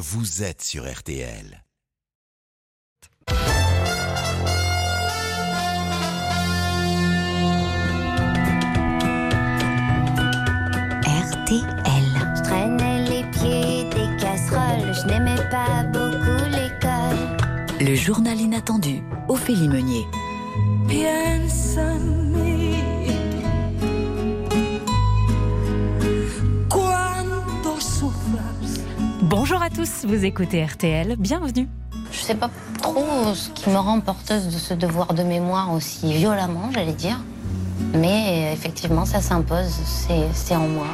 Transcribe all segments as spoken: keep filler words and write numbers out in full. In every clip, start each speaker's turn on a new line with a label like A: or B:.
A: vous êtes sur R T L.
B: R T L.
C: Je traînais les pieds des casseroles, je n'aimais pas beaucoup l'école.
B: Le journal inattendu, Ophélie Meunier.
D: Bonjour à tous, vous écoutez R T L, bienvenue.
C: Je sais pas trop ce qui me rend porteuse de ce devoir de mémoire aussi violemment, j'allais dire. Mais effectivement, ça s'impose, c'est, c'est en moi.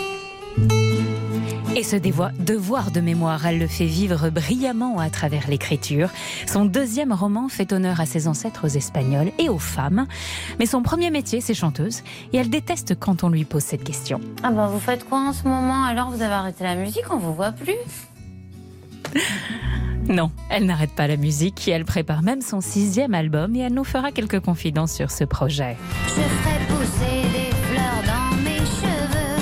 D: Et ce dévoi- devoir de mémoire, elle le fait vivre brillamment à travers l'écriture. Son deuxième roman fait honneur à ses ancêtres espagnols et aux femmes. Mais son premier métier, c'est chanteuse. Et elle déteste quand on lui pose cette question.
C: Ah bah vous faites quoi en ce moment? Alors vous avez arrêté la musique, on vous voit plus?
D: Non, elle n'arrête pas la musique et elle prépare même son sixième album et elle nous fera quelques confidences sur ce projet.
C: Je ferai pousser des fleurs dans mes cheveux.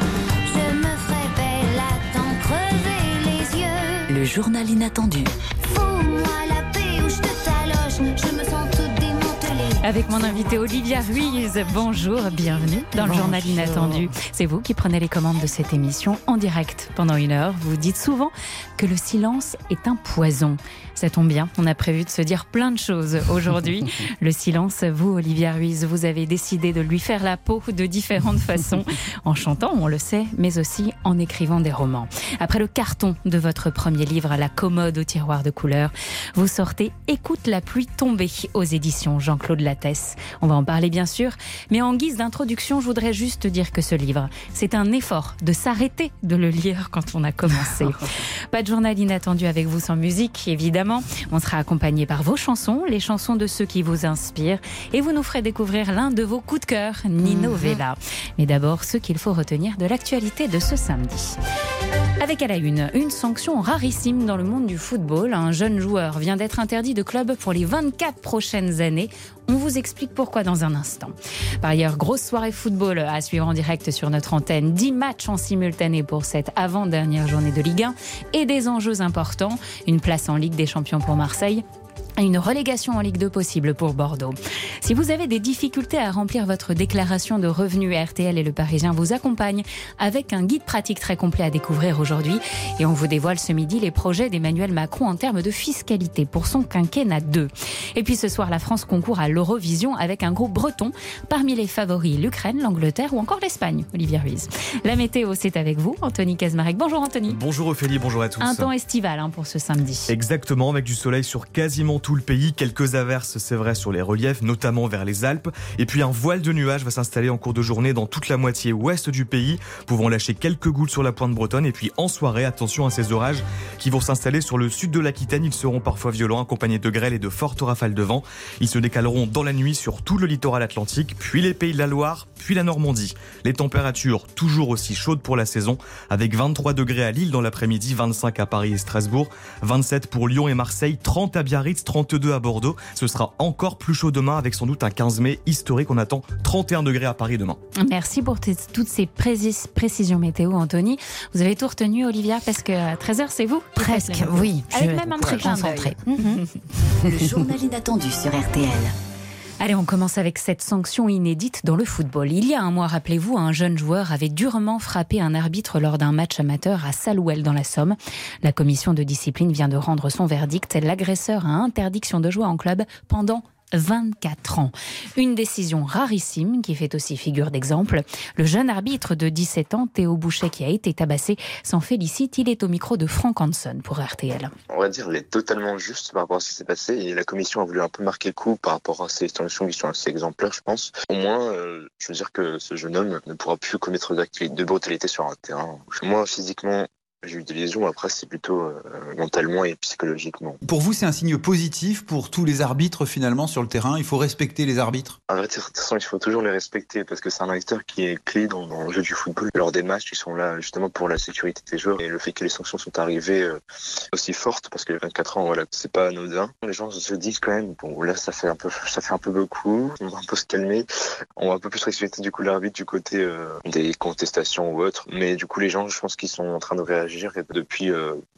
C: Je me ferai belle à t'en crever les yeux.
B: Le journal inattendu.
C: Fous-moi la paix ou je te taloche. Je me sens toute démantelée.
D: Avec mon invité Olivia Ruiz, bonjour, bienvenue dans le
B: Bonjour.
D: journal inattendu. C'est vous qui prenez les commandes de cette émission en direct pendant une heure. Vous dites souvent que le silence est un poison. Ça tombe bien, on a prévu de se dire plein de choses aujourd'hui. Le silence, vous Olivia Ruiz, vous avez décidé de lui faire la peau de différentes façons, en chantant, on le sait, mais aussi en écrivant des romans. Après le carton de votre premier livre, La commode au tiroir de couleurs, vous sortez Écoute la pluie tomber aux éditions Jean-Claude Lattès. On va en parler bien sûr, mais en guise d'introduction, je voudrais juste dire que ce livre, c'est un effort de s'arrêter de le lire quand on a commencé. Pas de journal inattendu avec vous sans musique, évidemment. On sera accompagné par vos chansons, les chansons de ceux qui vous inspirent, et vous nous ferez découvrir l'un de vos coups de cœur, Nino Vella. Mais d'abord, ce qu'il faut retenir de l'actualité de ce samedi. Avec à la une, une sanction rarissime dans le monde du football. Un jeune joueur vient d'être interdit de club pour les vingt-quatre prochaines années. On vous explique pourquoi dans un instant. Par ailleurs, grosse soirée football à suivre en direct sur notre antenne. dix matchs en simultané pour cette avant-dernière journée de Ligue un et des enjeux importants. Une place en Ligue des Champions pour Marseille. Une relégation en Ligue deux possible pour Bordeaux. Si vous avez des difficultés à remplir votre déclaration de revenus, R T L et Le Parisien vous accompagnent avec un guide pratique très complet à découvrir aujourd'hui. Et on vous dévoile ce midi les projets d'Emmanuel Macron en termes de fiscalité pour son quinquennat deux. Et puis ce soir, la France concourt à l'Eurovision avec un groupe breton. Parmi les favoris, l'Ukraine, l'Angleterre ou encore l'Espagne. Olivia Ruiz. La météo, c'est avec vous, Anthony Kazmarek. Bonjour Anthony.
E: Bonjour Ophélie, bonjour à tous.
D: Un temps estival hein, pour ce samedi.
E: Exactement, avec du soleil sur quasiment tout le pays, quelques averses, c'est vrai, sur les reliefs, notamment vers les Alpes. Et puis un voile de nuages va s'installer en cours de journée dans toute la moitié ouest du pays, pouvant lâcher quelques gouttes sur la pointe bretonne. Et puis en soirée, attention à ces orages qui vont s'installer sur le sud de l'Aquitaine. Ils seront parfois violents, accompagnés de grêle et de fortes rafales de vent. Ils se décaleront dans la nuit sur tout le littoral atlantique, puis les pays de la Loire, puis la Normandie. Les températures toujours aussi chaudes pour la saison, avec vingt-trois degrés à Lille dans l'après-midi, vingt-cinq à Paris et Strasbourg, vingt-sept pour Lyon et Marseille, trente à Biarritz, trente-deux à Bordeaux. Ce sera encore plus chaud demain avec sans doute un quinze mai historique. On attend trente et un degrés à Paris demain.
D: Merci pour t- toutes ces précis- précisions météo, Anthony. Vous avez tout retenu, Olivia, parce qu'à treize heures, c'est vous qui faites
B: Presque,
D: la météo.
B: oui.
D: Avec
B: Je-
D: même un petit clin d'œil.
B: concentré.
D: Mhm.
B: Le journal inattendu sur R T L.
D: Allez, on commence avec cette sanction inédite dans le football. Il y a un mois, rappelez-vous, un jeune joueur avait durement frappé un arbitre lors d'un match amateur à Salouel dans la Somme. La commission de discipline vient de rendre son verdict. L'agresseur a interdiction de jouer en club pendant vingt-quatre ans. Une décision rarissime qui fait aussi figure d'exemple. Le jeune arbitre de dix-sept ans, Théo Boucher, qui a été tabassé, s'en félicite. Il est au micro de Franck Hanson pour R T L.
F: On va dire, elle est totalement juste par rapport à ce qui s'est passé et la commission a voulu un peu marquer le coup par rapport à ces sanctions qui sont assez exemplaires, je pense. Au moins, euh, je veux dire que ce jeune homme ne pourra plus commettre d'actes de brutalité sur un terrain. Moi, physiquement, j'ai eu des lésions, après c'est plutôt euh, mentalement et psychologiquement.
G: Pour vous, c'est un signe positif pour tous les arbitres finalement sur le terrain? Il faut respecter les arbitres?
F: À vrai dire, de toute façon, il faut toujours les respecter parce que c'est un acteur qui est clé dans, dans le jeu du football. Lors des matchs, ils sont là justement pour la sécurité des joueurs et le fait que les sanctions sont arrivées euh, aussi fortes parce que les vingt-quatre ans, voilà, c'est pas anodin. Les gens se disent quand même, bon là ça fait un peu, ça fait un peu beaucoup, on va un peu se calmer, on va un peu plus respecter du coup l'arbitre du côté euh, des contestations ou autres. Mais du coup, les gens, je pense qu'ils sont en train de réagir et depuis euh,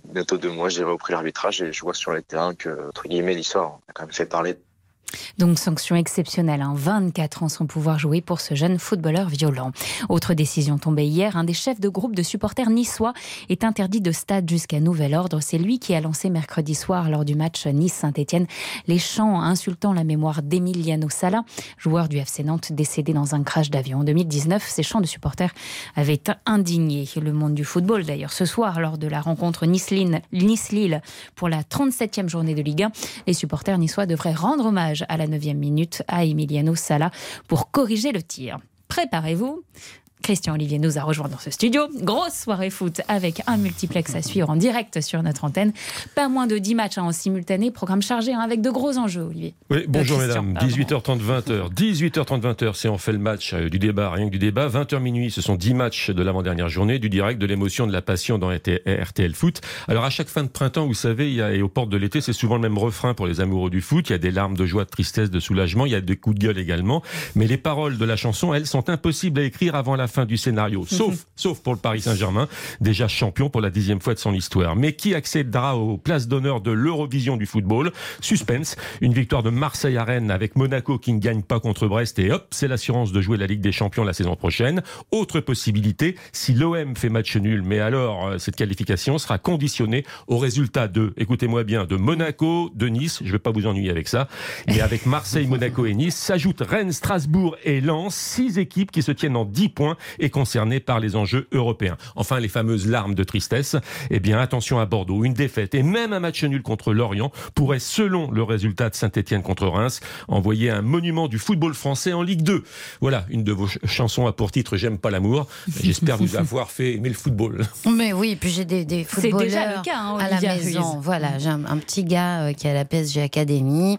F: bientôt deux mois, j'ai repris l'arbitrage et je vois sur les terrains que, entre guillemets, l'histoire a quand même fait parler.
D: Donc sanction exceptionnelle, hein. vingt-quatre ans sans pouvoir jouer pour ce jeune footballeur violent. Autre décision tombée hier, un des chefs de groupe de supporters niçois est interdit de stade jusqu'à nouvel ordre. C'est lui qui a lancé mercredi soir lors du match Nice-Saint-Etienne les chants insultant la mémoire d'Emiliano Sala, joueur du F C Nantes décédé dans un crash d'avion. En deux mille dix-neuf, ces chants de supporters avaient indigné le monde du football. D'ailleurs, ce soir, lors de la rencontre Nice-Lille pour la trente-septième journée de Ligue un, les supporters niçois devraient rendre hommage à la neuvième minute à Emiliano Sala pour corriger le tir. Préparez-vous. Christian Olivier nous a rejoint dans ce studio. Grosse soirée foot avec un multiplex à suivre en direct sur notre antenne. Pas moins de dix matchs hein, en simultané. Programme chargé hein, avec de gros enjeux, Olivier.
H: Oui, bonjour
D: euh,
H: mesdames. dix-huit heures trente, vingt heures. dix-huit heures trente, vingt heures, c'est on fait le match euh, du débat, rien que du débat. vingt heures minuit, ce sont dix matchs de l'avant-dernière journée, du direct, de l'émotion, de la passion dans R T L Foot. Alors à chaque fin de printemps, vous savez, il y a, et aux portes de l'été, c'est souvent le même refrain pour les amoureux du foot. Il y a des larmes de joie, de tristesse, de soulagement. Il y a des coups de gueule également. Mais les paroles de la chanson, elles, sont impossibles à écrire avant la fin du scénario. Sauf, sauf pour le Paris Saint-Germain, déjà champion pour la dixième fois de son histoire. Mais qui accédera aux places d'honneur de l'Eurovision du football ? Suspense, une victoire de Marseille à Rennes avec Monaco qui ne gagne pas contre Brest et hop, c'est l'assurance de jouer la Ligue des Champions la saison prochaine. Autre possibilité, si l'O M fait match nul, mais alors cette qualification sera conditionnée au résultat de, écoutez-moi bien, de Monaco, de Nice, je ne vais pas vous ennuyer avec ça, mais avec Marseille, Monaco et Nice, s'ajoutent Rennes, Strasbourg et Lens, six équipes qui se tiennent en dix points et concernées par les enjeux européens. Enfin, les fameuses larmes de tristesse. Eh bien, attention à Bordeaux, une défaite et même un match nul contre Lorient pourrait, selon le résultat de Saint-Etienne contre Reims, envoyer un monument du football français en Ligue deux. Voilà, une de vos ch- chansons a pour titre « J'aime pas l'amour ». J'espère vous avoir fait aimer le football.
C: Mais oui, puis j'ai des, des footballeurs
D: C'est déjà le cas, hein,
C: à la
D: Olivia
C: maison.
D: Ruiz.
C: Voilà, j'ai un, un petit gars euh, qui est à la P S G Academy.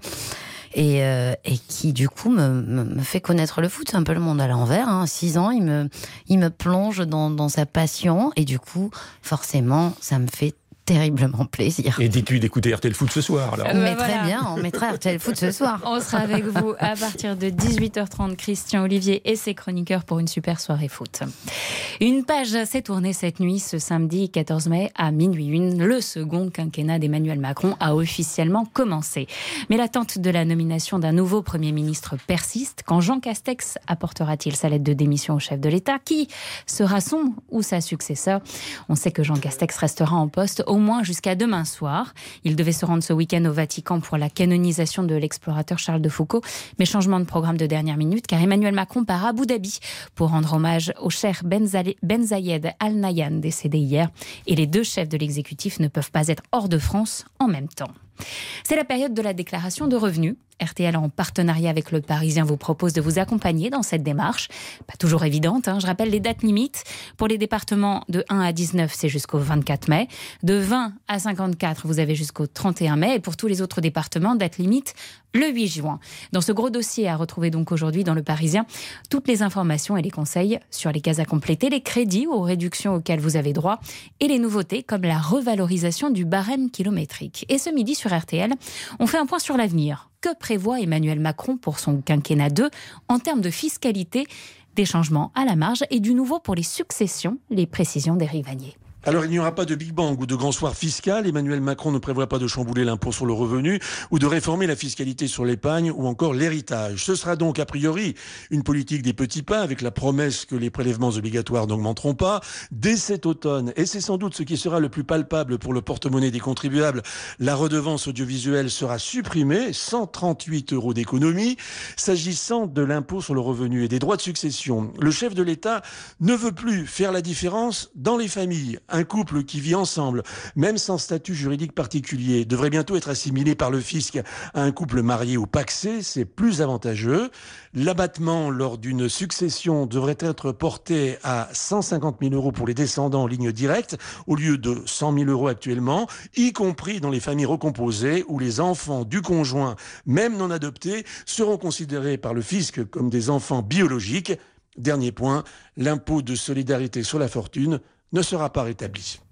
C: Et, euh, et qui du coup me, me, me fait connaître le foot. C'est un peu le monde à l'envers. Hein. Six ans, il me, il me plonge dans, dans sa passion et du coup, forcément, ça me fait terriblement plaisir.
H: Et dites-lui d'écouter R T L Foot ce soir. Alors.
C: On
D: Euh,
C: mettrait
D: voilà.
C: bien, on mettra R T L Foot ce soir.
D: On sera avec vous à partir de dix-huit heures trente, Christian Olivier et ses chroniqueurs pour une super soirée foot. Une page s'est tournée cette nuit, ce samedi quatorze mai à minuit une. Le second quinquennat d'Emmanuel Macron a officiellement commencé. Mais l'attente de la nomination d'un nouveau Premier ministre persiste. Quand Jean Castex apportera-t-il sa lettre de démission au chef de l'État ? Qui sera son ou sa successeur ? On sait que Jean Castex restera en poste au moins jusqu'à demain soir. Il devait se rendre ce week-end au Vatican pour la canonisation de l'explorateur Charles de Foucault. Mais changement de programme de dernière minute, car Emmanuel Macron part à Abu Dhabi pour rendre hommage au cher Ben Zayed Al Nahyan, décédé hier. Et les deux chefs de l'exécutif ne peuvent pas être hors de France en même temps. C'est la période de la déclaration de revenus. R T L, en partenariat avec Le Parisien, vous propose de vous accompagner dans cette démarche. Pas toujours évidente, hein. Je rappelle les dates limites. Pour les départements de un à dix-neuf, c'est jusqu'au vingt-quatre mai. De vingt à cinquante-quatre, vous avez jusqu'au trente et un mai. Et pour tous les autres départements, date limite le huit juin. Dans ce gros dossier à retrouver donc aujourd'hui dans Le Parisien, toutes les informations et les conseils sur les cases à compléter, les crédits aux réductions auxquelles vous avez droit et les nouveautés comme la revalorisation du barème kilométrique. Et ce midi sur R T L, on fait un point sur l'avenir. Que prévoit Emmanuel Macron pour son quinquennat deux en termes de fiscalité, des changements à la marge et du nouveau pour les successions, les précisions d'Éric Vanier.
I: Alors, il n'y aura pas de Big Bang ou de grand soir fiscal. Emmanuel Macron ne prévoit pas de chambouler l'impôt sur le revenu ou de réformer la fiscalité sur l'épargne ou encore l'héritage. Ce sera donc, a priori, une politique des petits pas avec la promesse que les prélèvements obligatoires n'augmenteront pas. Dès cet automne, et c'est sans doute ce qui sera le plus palpable pour le porte-monnaie des contribuables, la redevance audiovisuelle sera supprimée, cent trente-huit euros d'économie. S'agissant de l'impôt sur le revenu et des droits de succession, le chef de l'État ne veut plus faire la différence dans les familles. Un couple qui vit ensemble, même sans statut juridique particulier, devrait bientôt être assimilé par le fisc à un couple marié ou pacsé, c'est plus avantageux. L'abattement lors d'une succession devrait être porté à cent cinquante mille euros pour les descendants en ligne directe, au lieu de cent mille euros actuellement, y compris dans les familles recomposées où les enfants du conjoint, même non adoptés, seront considérés par le fisc comme des enfants biologiques. Dernier point, l'impôt de solidarité sur la fortune ne sera pas rétabli.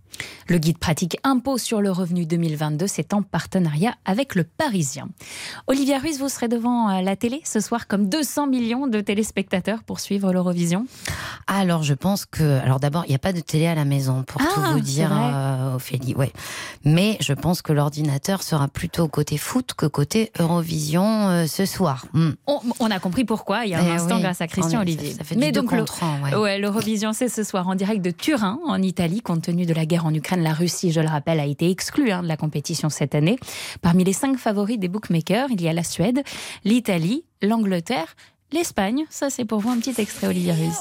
D: Le guide pratique Impôt sur le revenu deux mille vingt-deux, c'est en partenariat avec Le Parisien. Olivia Ruiz, vous serez devant la télé ce soir comme deux cents millions de téléspectateurs pour suivre l'Eurovision.
C: Alors, je pense que... Alors d'abord, il n'y a pas de télé à la maison, pour
D: ah,
C: tout vous dire, euh, Ophélie. Ouais. Mais je pense que l'ordinateur sera plutôt côté foot que côté Eurovision euh, ce soir. Mm.
D: On, on a compris pourquoi, il y a un
C: Eh
D: instant,
C: oui,
D: grâce à Christian
C: est,
D: Olivier.
C: Ça, ça fait
D: Mais
C: du
D: donc,
C: deux contre un, ouais.
D: Ouais, l'Eurovision, c'est ce soir en direct de Turin, en Italie, compte tenu de la guerre en Ukraine. La Russie, je le rappelle, a été exclue hein, de la compétition cette année. Parmi les cinq favoris des bookmakers, il y a la Suède, l'Italie, l'Angleterre, l'Espagne. Ça, c'est pour vous un petit extrait, Olivia Ruiz.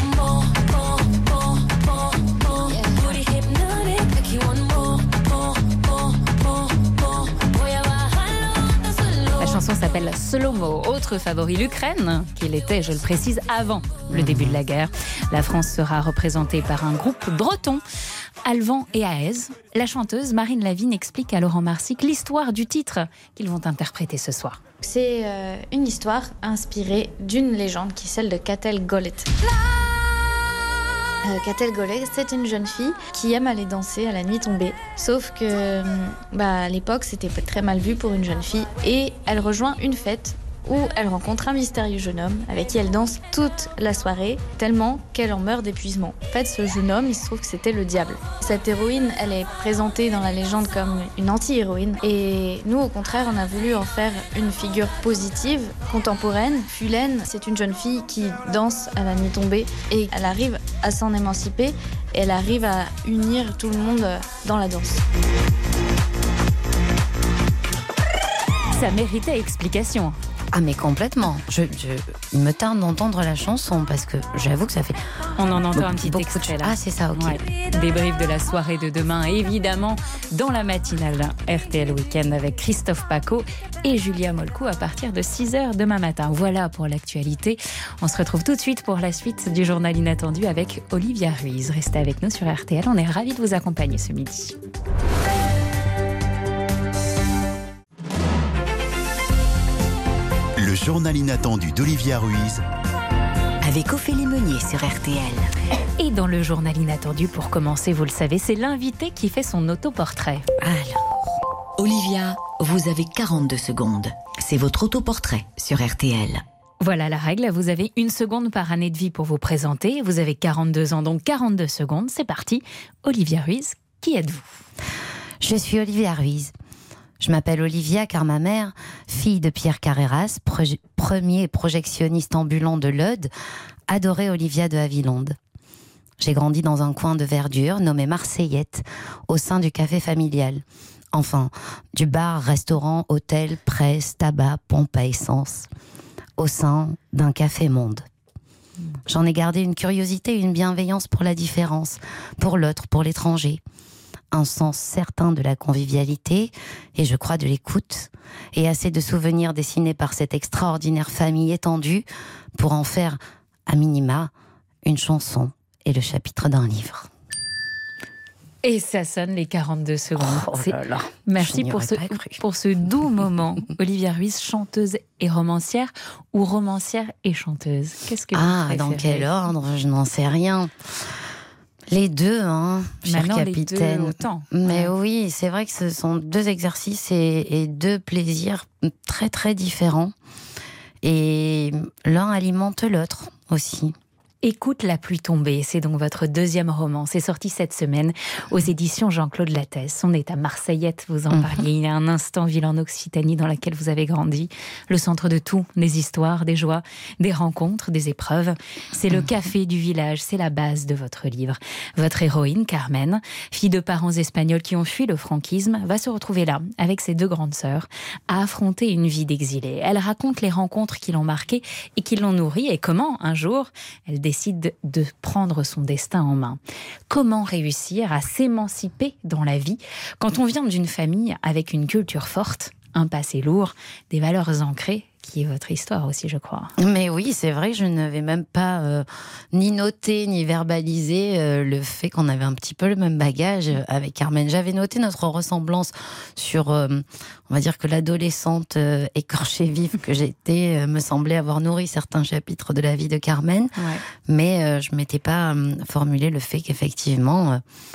D: La chanson s'appelle Slow Mo. Autre favori, l'Ukraine, qui l'était, je le précise, avant le début de la guerre. La France sera représentée par un groupe breton, Alvan et Aez. La chanteuse Marine Lavigne explique à Laurent Marsic l'histoire du titre qu'ils vont interpréter ce soir.
J: C'est euh, une histoire inspirée d'une légende qui est celle de Catel Golet. Euh, Catel Golet, c'est une jeune fille qui aime aller danser à la nuit tombée. Sauf que, bah, à l'époque, c'était très mal vu pour une jeune fille. Et elle rejoint une fête où elle rencontre un mystérieux jeune homme avec qui elle danse toute la soirée, tellement qu'elle en meurt d'épuisement. En fait, ce jeune homme, il se trouve que c'était le diable. Cette héroïne, elle est présentée dans la légende comme une anti-héroïne. Et nous, au contraire, on a voulu en faire une figure positive, contemporaine. Fulène, c'est une jeune fille qui danse à la nuit tombée et elle arrive à s'en émanciper et elle arrive à unir tout le monde dans la danse.
D: Ça méritait explication.
C: Ah mais complètement. Je, je, il me tarde d'entendre la chanson parce que j'avoue que ça fait...
D: On en entend un petit
C: beaucoup
D: extrait
C: de...
D: là.
C: Ah c'est ça, ok.
D: Ouais. Débrief de la soirée de demain, évidemment, dans la matinale R T L Week-end avec Christophe Paco et Julia Molcou à partir de six heures demain matin. Voilà pour l'actualité. On se retrouve tout de suite pour la suite du journal inattendu avec Olivia Ruiz. Restez avec nous sur R T L, on est ravis de vous accompagner ce midi.
A: Le journal inattendu d'Olivia Ruiz
B: avec Ophélie Meunier sur R T L.
D: Et dans le journal inattendu, pour commencer, vous le savez, c'est l'invité qui fait son autoportrait.
B: Alors, Olivia, vous avez quarante-deux secondes. C'est votre autoportrait sur R T L.
D: Voilà la règle, vous avez une seconde par année de vie pour vous présenter. Vous avez quarante-deux ans, donc quarante-deux secondes. C'est parti. Olivia Ruiz, qui êtes-vous ?
C: Je suis Olivia Ruiz. Je m'appelle Olivia car ma mère, fille de Pierre Carreras, proje- premier projectionniste ambulant de l'E U D, adorait Olivia de Havilonde. J'ai grandi dans un coin de verdure nommé Marseillette, au sein du café familial. Enfin, du bar, restaurant, hôtel, presse, tabac, pompe à essence. Au sein d'un café monde. J'en ai gardé une curiosité et une bienveillance pour la différence, pour l'autre, pour l'étranger. Un sens certain de la convivialité et je crois de l'écoute et assez de souvenirs dessinés par cette extraordinaire famille étendue pour en faire, à minima, une chanson et le chapitre d'un livre.
D: Et ça sonne les quarante-deux secondes.
C: Oh là là,
D: merci pour ce, pour ce doux moment. Olivia Ruiz, chanteuse et romancière ou romancière et chanteuse ? Qu'est-ce que vous
C: Ah,
D: préférez ?
C: dans quel ordre ? Je n'en sais rien. Les deux, hein, cher
D: Maintenant,
C: capitaine.
D: Les deux autant.
C: Mais
D: ouais.
C: oui, c'est vrai que ce sont deux exercices et, et deux plaisirs très très différents. Et l'un alimente l'autre aussi.
D: Écoute la pluie tombée, c'est donc votre deuxième roman. C'est sorti cette semaine aux éditions Jean-Claude Lattès. On est à Marseillette, vous en parliez il y a un instant, ville en Occitanie dans laquelle vous avez grandi. Le centre de tout, des histoires, des joies, des rencontres, des épreuves. C'est le café du village, c'est la base de votre livre. Votre héroïne, Carmen, fille de parents espagnols qui ont fui le franquisme, va se retrouver là, avec ses deux grandes sœurs, à affronter une vie d'exilée. Elle raconte les rencontres qui l'ont marquée et qui l'ont nourrie et comment, un jour, elle décide de prendre son destin en main. Comment réussir à s'émanciper dans la vie quand on vient d'une famille avec une culture forte, un passé lourd, des valeurs ancrées, qui est votre histoire aussi, je crois.
C: Mais oui, c'est vrai que je n'avais même pas euh, ni noté ni verbalisé euh, le fait qu'on avait un petit peu le même bagage avec Carmen. J'avais noté notre ressemblance sur, euh, on va dire que l'adolescente euh, écorchée vive que j'étais euh, me semblait avoir nourri certains chapitres de la vie de Carmen,
D: Ouais.
C: mais euh, je m'étais pas euh, formulé le fait qu'effectivement... Euh,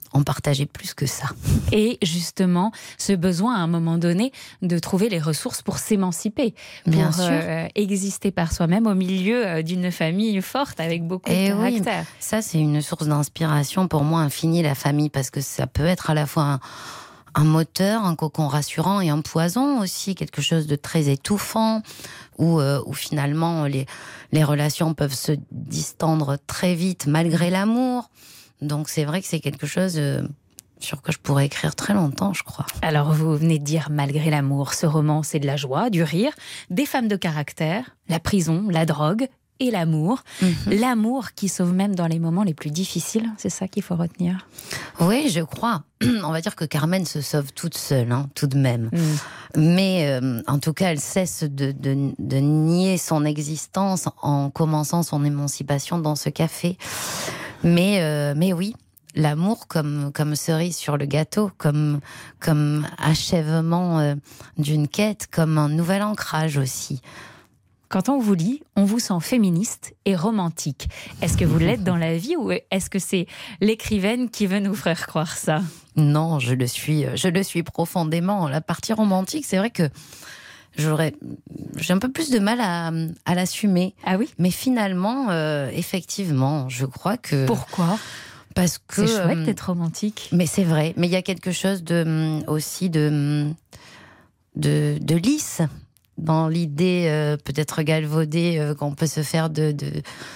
C: on partageait plus que ça.
D: Et justement, ce besoin à un moment donné de trouver les ressources pour s'émanciper,
C: Bien
D: pour
C: sûr.
D: euh, exister par soi-même au milieu d'une famille forte avec beaucoup
C: Et
D: de
C: oui,
D: caractère.
C: ça c'est une source d'inspiration pour moi infinie, la famille, parce que ça peut être à la fois un, un moteur, un cocon rassurant et un poison aussi, quelque chose de très étouffant, où, euh, où finalement les, les relations peuvent se distendre très vite malgré l'amour. Donc c'est vrai que c'est quelque chose euh, sur que je pourrais écrire très longtemps, je crois.
D: Alors, vous venez de dire malgré l'amour, ce roman, c'est de la joie, du rire, des femmes de caractère, la prison, la drogue et l'amour.
C: Mm-hmm.
D: L'amour qui sauve même dans les moments les plus difficiles, c'est ça qu'il faut retenir.
C: Oui, je crois. On va dire que Carmen se sauve toute seule, hein, tout de même.
D: Mm.
C: Mais euh, en tout cas, elle cesse de, de, de nier son existence en commençant son émancipation dans ce café. Mais, euh, mais oui, l'amour comme, comme cerise sur le gâteau, comme, comme achèvement euh, d'une quête, comme un nouvel ancrage aussi.
D: Quand on vous lit, on vous sent féministe et romantique. Est-ce que vous l'êtes dans la vie ou est-ce que c'est l'écrivaine qui veut nous faire croire ça ?
C: Non, je le suis, je le suis profondément. La partie romantique, c'est vrai que j'aurais, j'ai un peu plus de mal à, à l'assumer.
D: Ah oui ?
C: Mais finalement, euh, effectivement, je crois que...
D: Pourquoi ?
C: Parce que...
D: C'est chouette
C: euh,
D: d'être romantique.
C: Mais c'est vrai. Mais il y a quelque chose de, aussi de, de, de lisse dans l'idée euh, peut-être galvaudée euh, qu'on peut se faire de... de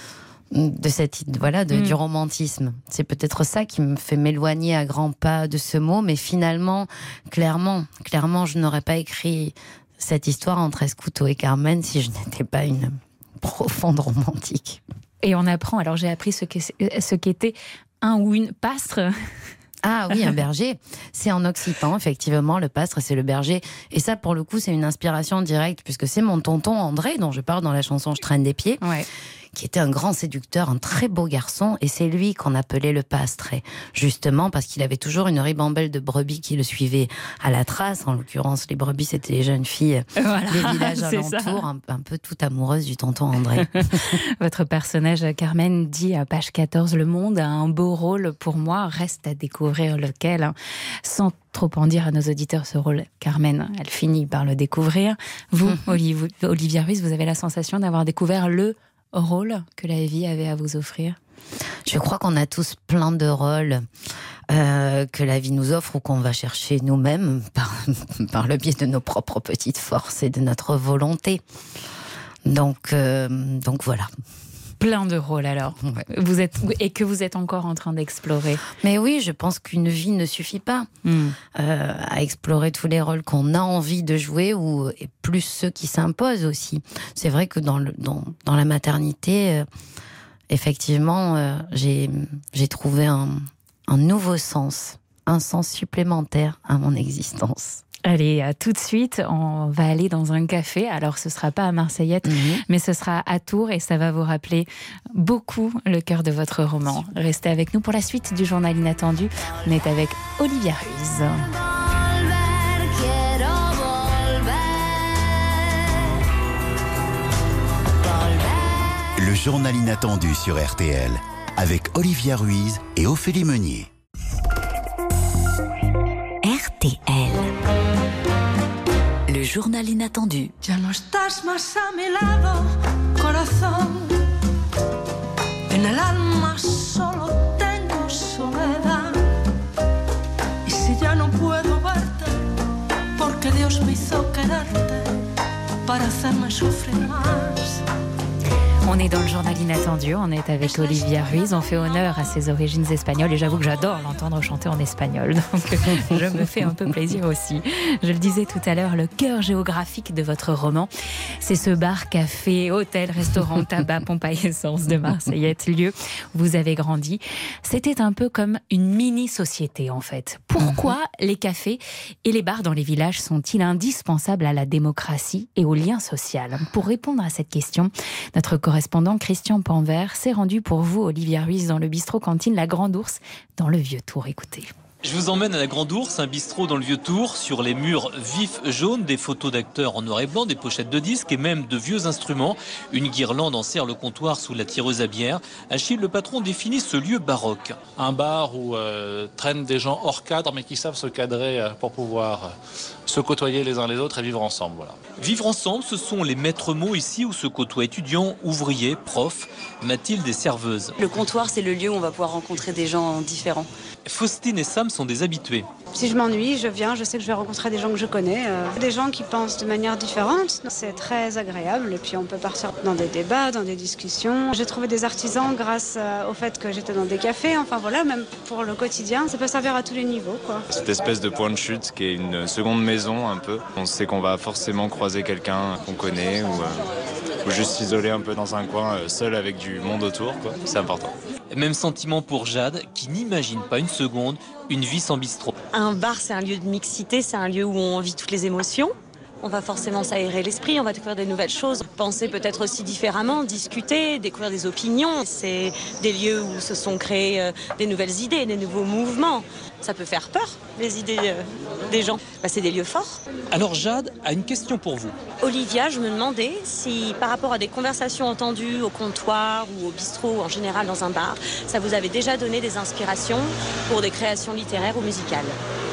C: de cette voilà de, mm. du romantisme. C'est peut-être ça qui me fait m'éloigner à grands pas de ce mot, mais finalement, clairement, clairement, je n'aurais pas écrit cette histoire entre Escuto et Carmen si je n'étais pas une profonde romantique.
D: Et on apprend, alors j'ai appris ce qu'est, ce qu'était un ou une pastre.
C: Ah oui, un berger. C'est en occitan, effectivement, le pastre, c'est le berger. Et ça, pour le coup, c'est une inspiration directe, puisque c'est mon tonton André, dont je parle dans la chanson « Je traîne des pieds »,
D: ouais.
C: qui était un grand séducteur, un très beau garçon, et c'est lui qu'on appelait le pastre, justement parce qu'il avait toujours une ribambelle de brebis qui le suivaient à la trace. En l'occurrence, les brebis, c'était les jeunes filles
D: voilà,
C: des villages alentours, un, un peu tout amoureuses du tonton André.
D: Votre personnage, Carmen, dit à page quatorze, « Le monde a un beau rôle pour moi, reste à découvrir lequel. Hein. » Sans trop en dire à nos auditeurs, ce rôle, Carmen, elle finit par le découvrir. Vous, Oliv- Olivia Ruiz, vous avez la sensation d'avoir découvert le rôle que la vie avait à vous offrir ?
C: Je crois qu'on a tous plein de rôles euh, que la vie nous offre ou qu'on va chercher nous-mêmes par, par le biais de nos propres petites forces et de notre volonté. Donc, euh, donc voilà.
D: Plein de rôles alors,
C: ouais.
D: vous êtes, et que vous êtes encore en train d'explorer.
C: Mais oui, je pense qu'une vie ne suffit pas
D: mm.
C: euh, à explorer tous les rôles qu'on a envie de jouer, ou et plus ceux qui s'imposent aussi. C'est vrai que dans, le, dans, dans la maternité, euh, effectivement, euh, j'ai, j'ai trouvé un, un nouveau sens, un sens supplémentaire à mon existence.
D: Allez, à tout de suite, on va aller dans un café. Alors, ce ne sera pas à Marseillette, mmh. mais ce sera à Tours et ça va vous rappeler beaucoup le cœur de votre roman. Restez avec nous pour la suite du Journal Inattendu. On est avec Olivia Ruiz.
A: Le Journal Inattendu sur R T L avec Olivia Ruiz et Ophélie Meunier.
B: R T L. Le Journal Inattendu.
K: Ya no estás más a mi lado, corazón. En el alma solo tengo soledad. Y si ya no puedo verte, porque Dios me hizo quererte para hacerme sufrir más.
D: On est dans le Journal Inattendu, on est avec Olivia Ruiz, on fait honneur à ses origines espagnoles et j'avoue que j'adore l'entendre chanter en espagnol, donc je me fais un peu plaisir aussi. Je le disais tout à l'heure, le cœur géographique de votre roman, c'est ce bar, café, hôtel, restaurant, tabac, pompe à essence de Marseillette, lieu où vous avez grandi. C'était un peu comme une mini-société en fait. Pourquoi les cafés et les bars dans les villages sont-ils indispensables à la démocratie et au lien social ? Pour répondre à cette question, notre correspondant Christian Panvert s'est rendu pour vous, Olivia Ruiz, dans le bistrot cantine La Grande Ourse, dans le Vieux Tour. Écoutez.
L: Je vous emmène à la Grande Ourse, un bistrot dans le Vieux-Tour. Sur les murs vifs jaunes, des photos d'acteurs en noir et blanc, des pochettes de disques et même de vieux instruments. Une guirlande enserre le comptoir sous la tireuse à bière. Achille, le patron, définit ce lieu baroque.
M: Un bar où euh, traînent des gens hors cadre, mais qui savent se cadrer euh, pour pouvoir euh, se côtoyer les uns les autres et vivre ensemble. Voilà.
L: Vivre ensemble, ce sont les maîtres mots ici où se côtoient étudiants, ouvriers, profs. Mathilde est serveuse.
N: Le comptoir, c'est le lieu où on va pouvoir rencontrer des gens différents.
L: Faustine et Sam sont des habitués.
O: Si je m'ennuie, je viens, je sais que je vais rencontrer des gens que je connais, euh, des gens qui pensent de manière différente. C'est très agréable et puis on peut partir dans des débats, dans des discussions. J'ai trouvé des artisans grâce euh, au fait que j'étais dans des cafés. Enfin voilà, même pour le quotidien, ça peut servir à tous les niveaux, quoi.
P: Cette espèce de point de chute qui est une seconde maison un peu. On sait qu'on va forcément croiser quelqu'un qu'on connaît ou, euh, ou juste s'isoler un peu dans un coin euh, seul avec du monde autour, quoi. C'est important.
L: Même sentiment pour Jade qui n'imagine pas une seconde une vie sans bistrot.
N: Un bar, c'est un lieu de mixité, c'est un lieu où on vit toutes les émotions. On va forcément s'aérer l'esprit, on va découvrir des nouvelles choses, penser peut-être aussi différemment, discuter, découvrir des opinions. C'est des lieux où se sont créées euh, des nouvelles idées, des nouveaux mouvements. Ça peut faire peur, les idées euh, des gens. Bah, c'est des lieux forts.
L: Alors Jade a une question pour vous.
N: Olivia, je me demandais si par rapport à des conversations entendues au comptoir ou au bistrot en général dans un bar, ça vous avait déjà donné des inspirations pour des créations littéraires ou musicales.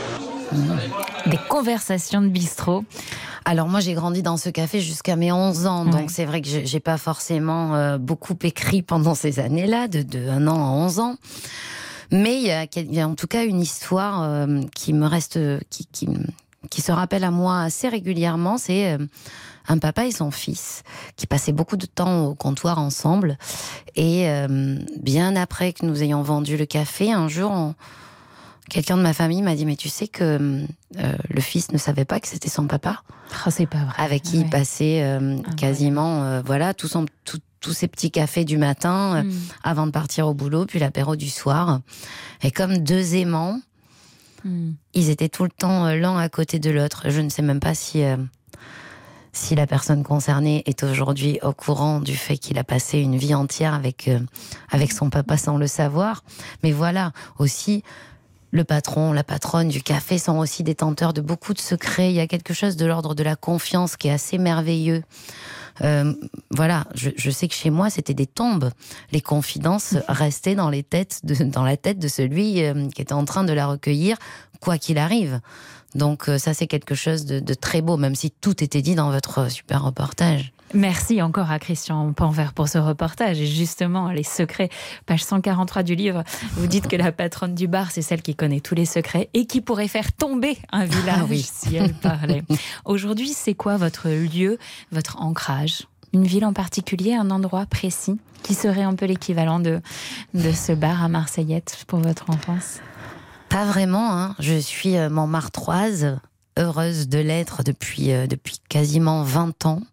D: Des conversations de bistrot.
C: Alors moi j'ai grandi dans ce café jusqu'à mes onze ans, ouais. Donc c'est vrai que j'ai pas forcément euh, beaucoup écrit pendant ces années-là, de, de un an à onze ans. Mais il y a, il y a en tout cas une histoire euh, qui me reste, qui, qui, qui se rappelle à moi assez régulièrement. C'est euh, un papa et son fils qui passaient beaucoup de temps au comptoir ensemble. Et euh, bien après que nous ayons vendu le café, un jour, on, quelqu'un de ma famille m'a dit « Mais tu sais que euh, le fils ne savait pas que c'était son papa ?»
D: Oh, c'est pas vrai.
C: Avec qui ouais. il passait euh, quasiment euh, voilà, tout son, tout, tous ces petits cafés du matin, mm. euh, avant de partir au boulot, puis l'apéro du soir. Et comme deux aimants, mm. ils étaient tout le temps euh, l'un à côté de l'autre. Je ne sais même pas si... Euh, si la personne concernée est aujourd'hui au courant du fait qu'il a passé une vie entière avec, euh, avec son papa sans le savoir. Mais voilà, aussi... Le patron, la patronne du café sont aussi détenteurs de beaucoup de secrets. Il y a quelque chose de l'ordre de la confiance qui est assez merveilleux. Euh, voilà, je, je sais que chez moi, c'était des tombes. Les confidences restaient dans, les têtes de, dans la tête de celui euh, qui était en train de la recueillir, quoi qu'il arrive. Donc euh, ça, c'est quelque chose de, de très beau, même si tout était dit dans votre super reportage.
D: Merci encore à Christian Panvert pour ce reportage. Et justement, les secrets, page cent quarante-trois du livre, vous dites que la patronne du bar, c'est celle qui connaît tous les secrets et qui pourrait faire tomber un village ah oui. si elle parlait. Aujourd'hui, c'est quoi votre lieu, votre ancrage ? Une ville en particulier, un endroit précis qui serait un peu l'équivalent de, de ce bar à Marseillette pour votre enfance ?
C: Pas vraiment, hein. Je suis montmartroise, heureuse de l'être depuis, euh, depuis quasiment vingt ans.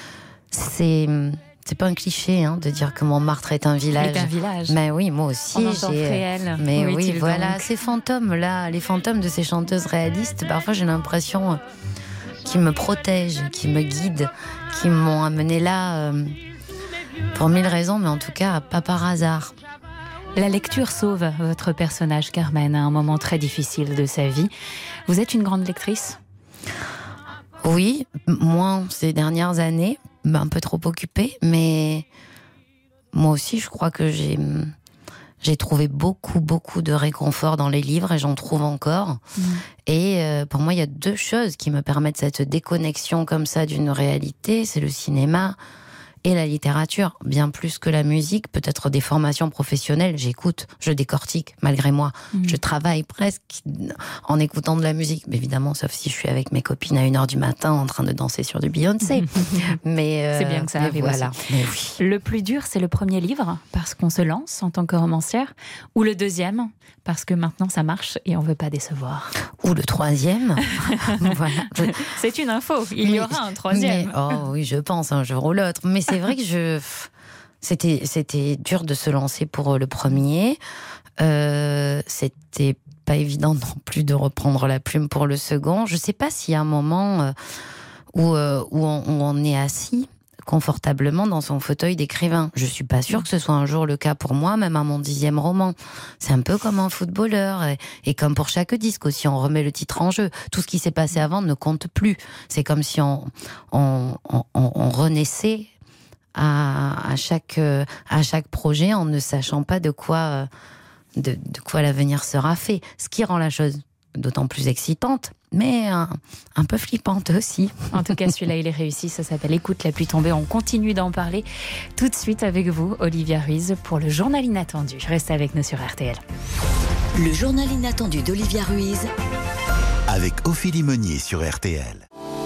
C: C'est, c'est pas un cliché hein, de dire que Montmartre est un village.
D: C'est un village.
C: Mais oui, moi aussi.
D: On entend
C: j'ai...
D: réel.
C: Mais
D: oui,
C: oui, voilà,
D: donc.
C: Ces fantômes-là, les fantômes de ces chanteuses réalistes, parfois j'ai l'impression qu'ils me protègent, qu'ils me guident, qu'ils m'ont amené là euh, pour mille raisons, mais en tout cas pas par hasard.
D: La lecture sauve votre personnage Carmen à un moment très difficile de sa vie. Vous êtes une grande lectrice ?
C: Oui, moins ces dernières années, un peu trop occupée, mais moi aussi je crois que j'ai, j'ai trouvé beaucoup, beaucoup de réconfort dans les livres et j'en trouve encore. Mmh. Et euh, pour moi, il y a deux choses qui me permettent cette déconnexion comme ça d'une réalité, c'est le cinéma et la littérature, bien plus que la musique, peut-être des formations professionnelles, j'écoute, je décortique, malgré moi. Mmh. Je travaille presque en écoutant de la musique, mais évidemment, sauf si je suis avec mes copines à une heure du matin en train de danser sur du Beyoncé. mais euh,
D: c'est bien que ça arrive
C: voilà.
D: aussi.
C: Mais oui.
D: Le plus dur, c'est le premier livre, parce qu'on se lance en tant que romancière, ou le deuxième, parce que maintenant ça marche et on veut pas décevoir.
C: Ou le troisième. voilà. Je...
D: C'est une info, il mais, y aura un troisième.
C: Mais, oh oui, je pense, un jour ou l'autre. Mais c'est vrai que je... C'était, c'était dur de se lancer pour le premier. Euh, c'était pas évident non plus de reprendre la plume pour le second. Je sais pas s'il y a un moment euh, où, euh, où, on, où on est assis, confortablement dans son fauteuil d'écrivain. Je suis pas sûre que ce soit un jour le cas pour moi, même à mon dixième roman. C'est un peu comme un footballeur, et, et comme pour chaque disque aussi, on remet le titre en jeu. Tout ce qui s'est passé avant ne compte plus. C'est comme si on, on, on, on renaissait à, à, chaque, à chaque projet en ne sachant pas de quoi, de, de quoi l'avenir sera fait. Ce qui rend la chose d'autant plus excitante, mais un, un peu flippante aussi.
D: En tout cas, celui-là, il est réussi. Ça s'appelle Écoute la pluie tomber. On continue d'en parler tout de suite avec vous, Olivia Ruiz, pour le journal inattendu. Restez avec nous sur R T L.
B: Le journal inattendu d'Olivia Ruiz
A: avec Ophélie Meunier sur R T L.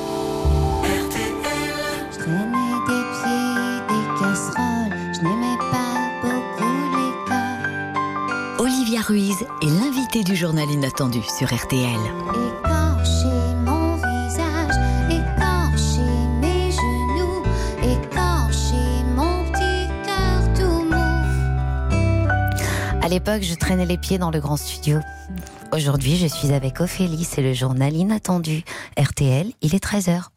Q: Je traînais des pieds, des casseroles, je n'aimais pas beaucoup l'école.
B: Olivia Ruiz est l'invitée du journal inattendu sur R T L.
Q: Écorcher mon visage, écorcher mes genoux, écorcher mon petit cœur tout mou.
C: À l'époque, je traînais les pieds dans le grand studio. Aujourd'hui, je suis avec Ophélie, c'est le journal inattendu. R T L, il est treize heures.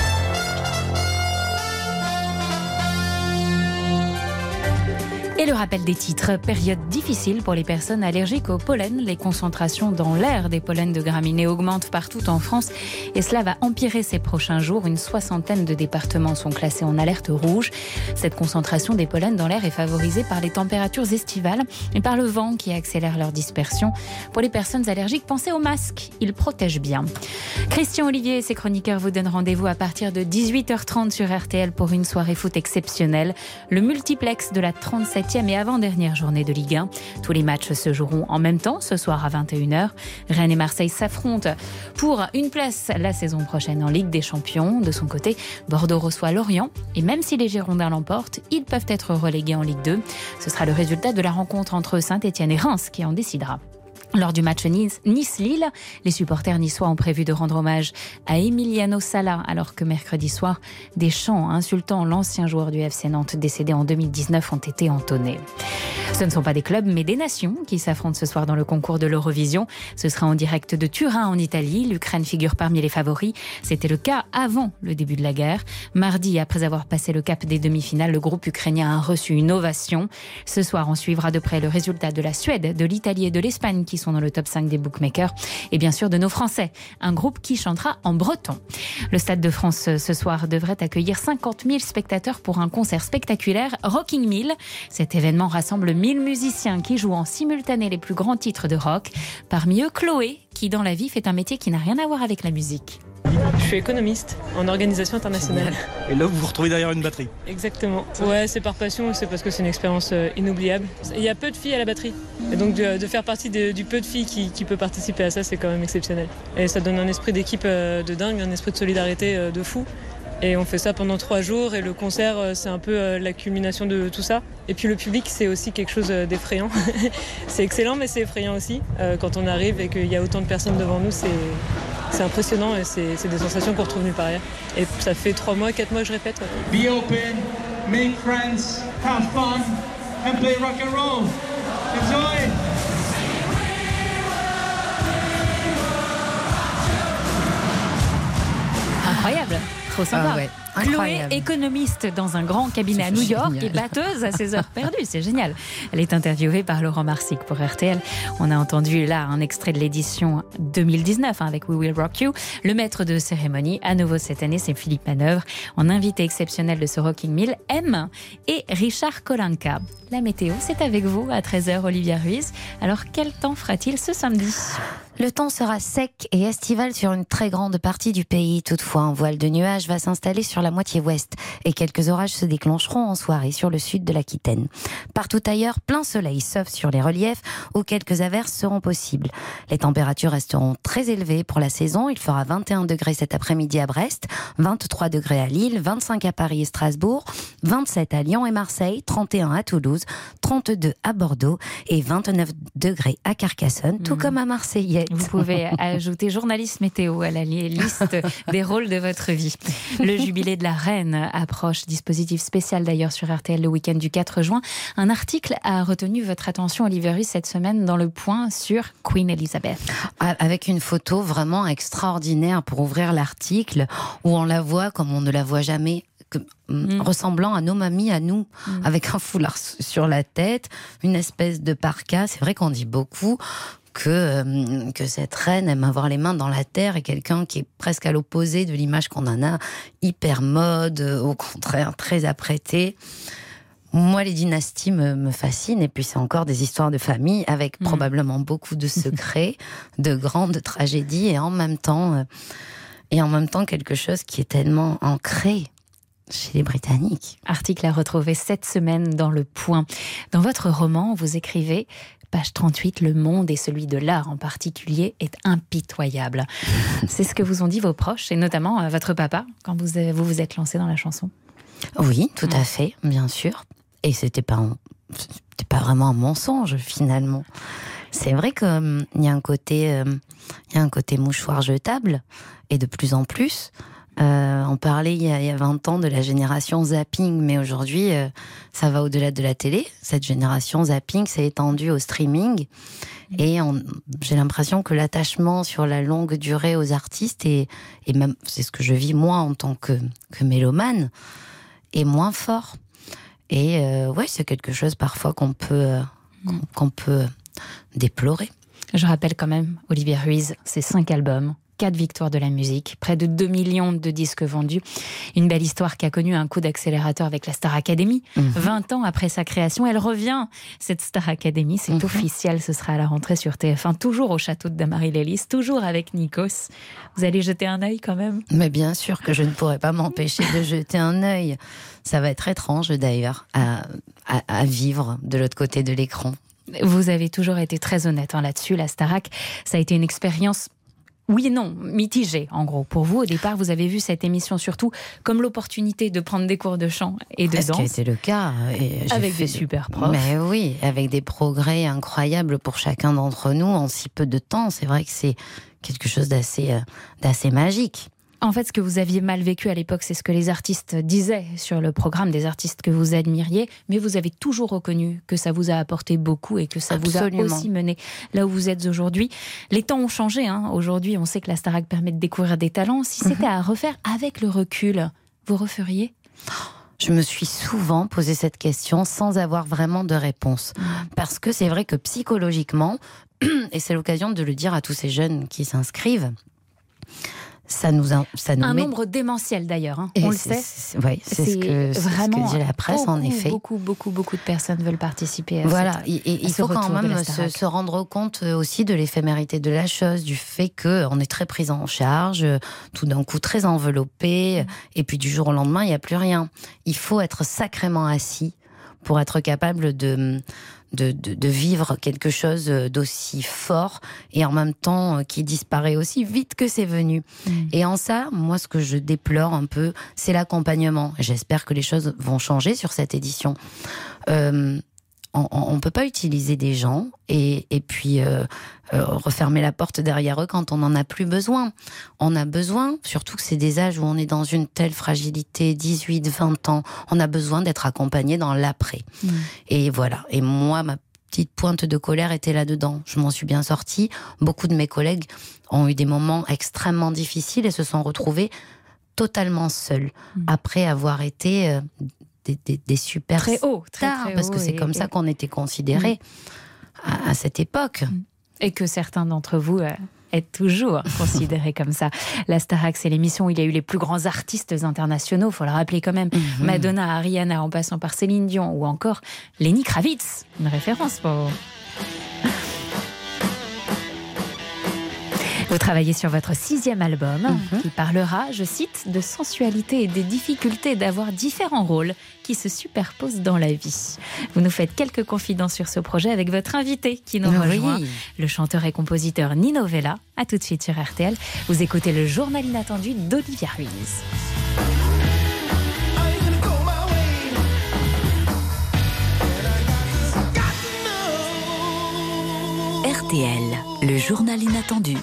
D: Et le rappel des titres, période difficile pour les personnes allergiques au pollen. Les concentrations dans l'air des pollens de graminées augmentent partout en France et cela va empirer ces prochains jours. Une soixantaine de départements sont classés en alerte rouge. Cette concentration des pollens dans l'air est favorisée par les températures estivales et par le vent qui accélère leur dispersion. Pour les personnes allergiques, pensez au masque, il protège bien. Christian Olivier et ses chroniqueurs vous donnent rendez-vous à partir de dix-huit heures trente sur R T L pour une soirée foot exceptionnelle. Le multiplex de la trente-septième et avant-dernière journée de Ligue un. Tous les matchs se joueront en même temps ce soir à vingt et une heures. Rennes et Marseille s'affrontent pour une place la saison prochaine en Ligue des Champions. De son côté, Bordeaux reçoit Lorient et même si les Girondins l'emportent, ils peuvent être relégués en Ligue deux. Ce sera le résultat de la rencontre entre Saint-Etienne et Reims qui en décidera. Lors du match Nice-Lille, les supporters niçois ont prévu de rendre hommage à Emiliano Sala, alors que mercredi soir, des chants insultant l'ancien joueur du F C Nantes décédé en deux mille dix-neuf ont été entonnés. Ce ne sont pas des clubs, mais des nations qui s'affrontent ce soir dans le concours de l'Eurovision. Ce sera en direct de Turin, en Italie. L'Ukraine figure parmi les favoris. C'était le cas avant le début de la guerre. Mardi, après avoir passé le cap des demi-finales, le groupe ukrainien a reçu une ovation. Ce soir, on suivra de près le résultat de la Suède, de l'Italie et de l'Espagne qui sont dans le top cinq des bookmakers. Et bien sûr de nos Français, un groupe qui chantera en breton. Le Stade de France ce soir devrait accueillir cinquante mille spectateurs pour un concert spectaculaire Rocking Mill. Cet événement rassemble mille musiciens qui jouent en simultané les plus grands titres de rock. Parmi eux, Chloé, qui dans la vie fait un métier qui n'a rien à voir avec la musique.
R: Je suis économiste en organisation internationale.
S: Et là, vous vous retrouvez derrière une batterie.
R: Exactement. Ouais, c'est par passion, c'est parce que c'est une expérience euh, inoubliable. Il y a peu de filles à la batterie. Et donc de, de faire partie de, du peu de filles qui, qui peut participer à ça, c'est quand même exceptionnel. Et ça donne un esprit d'équipe euh, de dingue, un esprit de solidarité euh, de fou. Et on fait ça pendant trois jours et le concert, euh, c'est un peu euh, la culmination de tout ça. Et puis le public, c'est aussi quelque chose euh, d'effrayant. C'est excellent, mais c'est effrayant aussi. Euh, quand on arrive et qu'il y a autant de personnes devant nous, c'est... C'est impressionnant et c'est, c'est des sensations qu'on retrouve nulle part ailleurs. Et ça fait trois mois, quatre mois que je répète. Ouais.
T: Be open, make friends, have fun and play rock and roll. Enjoy!
D: Incroyable, trop sympa.
C: Ah ouais.
D: Chloé, économiste dans un grand cabinet à New York génial. Et batteuse à ses heures perdues, c'est génial. Elle est interviewée par Laurent Marsic pour R T L. On a entendu là un extrait de l'édition deux mille dix-neuf hein, avec We Will Rock You. Le maître de cérémonie, à nouveau cette année, c'est Philippe Manœuvre. En invité exceptionnel de ce Rocking Mill, M et Richard Kolinka. La météo, c'est avec vous à treize heures, Olivia Ruiz. Alors quel temps fera-t-il ce samedi ?
C: Le temps sera sec et estival sur une très grande partie du pays. Toutefois, un voile de nuages va s'installer sur la moitié ouest et quelques orages se déclencheront en soirée sur le sud de l'Aquitaine. Partout ailleurs, plein soleil, sauf sur les reliefs où quelques averses seront possibles. Les températures resteront très élevées pour la saison. Il fera vingt et un degrés cet après-midi à Brest, vingt-trois degrés à Lille, vingt-cinq à Paris et Strasbourg, vingt-sept à Lyon et Marseille, trente et un à Toulouse, trente-deux à Bordeaux et vingt-neuf degrés à Carcassonne, tout mmh. comme à Marseillais.
D: Vous pouvez ajouter journaliste météo à la liste des rôles de votre vie. Le jubilé de la reine approche, dispositif spécial d'ailleurs sur R T L le week-end du quatre juin. Un article a retenu votre attention, Olivier Ruiz, cette semaine dans Le Point sur Queen Elizabeth.
C: Avec une photo vraiment extraordinaire pour ouvrir l'article où on la voit comme on ne la voit jamais que, mm. ressemblant à nos mamies, à nous, mm. avec un foulard sur la tête, une espèce de parka. C'est vrai qu'on dit beaucoup que, euh, que cette reine aime avoir les mains dans la terre et quelqu'un qui est presque à l'opposé de l'image qu'on en a, hyper mode, au contraire, très apprêté. Moi, les dynasties me, me fascinent, et puis c'est encore des histoires de famille avec mmh. probablement beaucoup de secrets, de grandes tragédies, et en même temps, euh, et en même temps quelque chose qui est tellement ancré chez les Britanniques.
D: Article à retrouver cette semaine dans Le Point. Dans votre roman, vous écrivez, page trente-huit, le monde et celui de l'art en particulier est impitoyable. C'est ce que vous ont dit vos proches, et notamment euh, votre papa, quand vous vous, vous êtes lancé dans la chanson.
C: Oui, tout à fait, bien sûr. Et c'était pas, un, c'était pas vraiment un mensonge, finalement. C'est vrai qu'il euh, y a un côté, euh, il y a un côté mouchoir jetable, et de plus en plus. Euh, on parlait il y, a, il y a vingt ans de la génération zapping, mais aujourd'hui, euh, ça va au-delà de la télé. Cette génération zapping s'est étendue au streaming. Et on, j'ai l'impression que l'attachement sur la longue durée aux artistes, et, et même, c'est ce que je vis moi en tant que, que mélomane, est moins fort. Et euh, ouais, c'est quelque chose parfois qu'on peut, euh, qu'on, qu'on peut déplorer.
D: Je rappelle quand même, Olivia Ruiz, ses cinq albums, quatre victoires de la musique, près de deux millions de disques vendus. Une belle histoire qui a connu un coup d'accélérateur avec la Star Academy. Mmh. vingt ans après sa création, elle revient, cette Star Academy. C'est mmh. officiel, ce sera à la rentrée sur T F un, toujours au château de Damary-Lélis, toujours avec Nikos. Vous allez jeter un œil quand même ?
C: Mais bien sûr que je ne pourrais pas m'empêcher de jeter un œil. Ça va être étrange d'ailleurs à, à, à vivre de l'autre côté de l'écran.
D: Vous avez toujours été très honnête hein, là-dessus. La Starac, ça a été une expérience... Oui et non, mitigé en gros. Pour vous, au départ, vous avez vu cette émission surtout comme l'opportunité de prendre des cours de chant et de
C: Est-ce
D: danse.
C: Ce qui a été le cas. Et j'ai
D: avec
C: fait
D: des super profs.
C: Mais oui, avec des progrès incroyables pour chacun d'entre nous en si peu de temps. C'est vrai que c'est quelque chose d'assez, d'assez magique.
D: En fait, ce que vous aviez mal vécu à l'époque, c'est ce que les artistes disaient sur le programme, des artistes que vous admiriez, mais vous avez toujours reconnu que ça vous a apporté beaucoup et que ça
C: Absolument.
D: vous a aussi mené là où vous êtes aujourd'hui. Les temps ont changé. Hein. Aujourd'hui, on sait que la Starac permet de découvrir des talents. Si c'était à refaire avec le recul, vous referiez ?
C: Je me suis souvent posé cette question sans avoir vraiment de réponse. Parce que c'est vrai que psychologiquement, et c'est l'occasion de le dire à tous ces jeunes qui s'inscrivent, Ça nous, a, ça nous
D: un
C: met...
D: nombre démentiel d'ailleurs, hein.
C: on
D: le
C: c'est,
D: sait.
C: C'est, ouais, c'est, c'est, ce que, c'est
D: vraiment
C: ce que dit la presse,
D: beaucoup,
C: en effet.
D: Beaucoup, beaucoup, beaucoup de personnes veulent participer à
C: voilà,
D: cette,
C: et, et il faut quand même se, se rendre compte aussi de l'éphémérité de la chose, du fait qu'on est très pris en charge, tout d'un coup très enveloppé, mmh. et puis du jour au lendemain, il n'y a plus rien. Il faut être sacrément assis pour être capable de... De, de, de vivre quelque chose d'aussi fort et en même temps qui disparaît aussi vite que c'est venu. Mmh. Et en ça, moi, ce que je déplore un peu, c'est l'accompagnement. J'espère que les choses vont changer sur cette édition. Euh, on ne peut pas utiliser des gens et, et puis euh, euh, refermer la porte derrière eux quand on n'en a plus besoin. On a besoin, surtout que c'est des âges où on est dans une telle fragilité, dix-huit, vingt ans, on a besoin d'être accompagné dans l'après. Mmh. Et voilà. Et moi, ma petite pointe de colère était là-dedans. Je m'en suis bien sortie. Beaucoup de mes collègues ont eu des moments extrêmement difficiles et se sont retrouvés totalement seuls mmh. après avoir été... Euh, Des, des, des super
D: très haut, très,
C: stars,
D: très
C: parce que
D: haut
C: c'est
D: et,
C: comme
D: et...
C: ça qu'on était considérés mmh. à, à cette époque.
D: Et que certains d'entre vous euh, êtes toujours considérés comme ça. La Starac, c'est l'émission où il y a eu les plus grands artistes internationaux, il faut le rappeler quand même. Mmh. Madonna, Ariana, en passant par Céline Dion, ou encore Lenny Kravitz, une référence pour... Vous travaillez sur votre sixième album, mmh. qui parlera, je cite, de sensualité et des difficultés d'avoir différents rôles qui se superposent dans la vie. Vous nous faites quelques confidences sur ce projet avec votre invité qui nous oui. rejoint, le chanteur et compositeur Nino Vella. À tout de suite sur R T L. Vous écoutez le journal inattendu d'Olivia Ruiz.
B: R T L, le journal inattendu.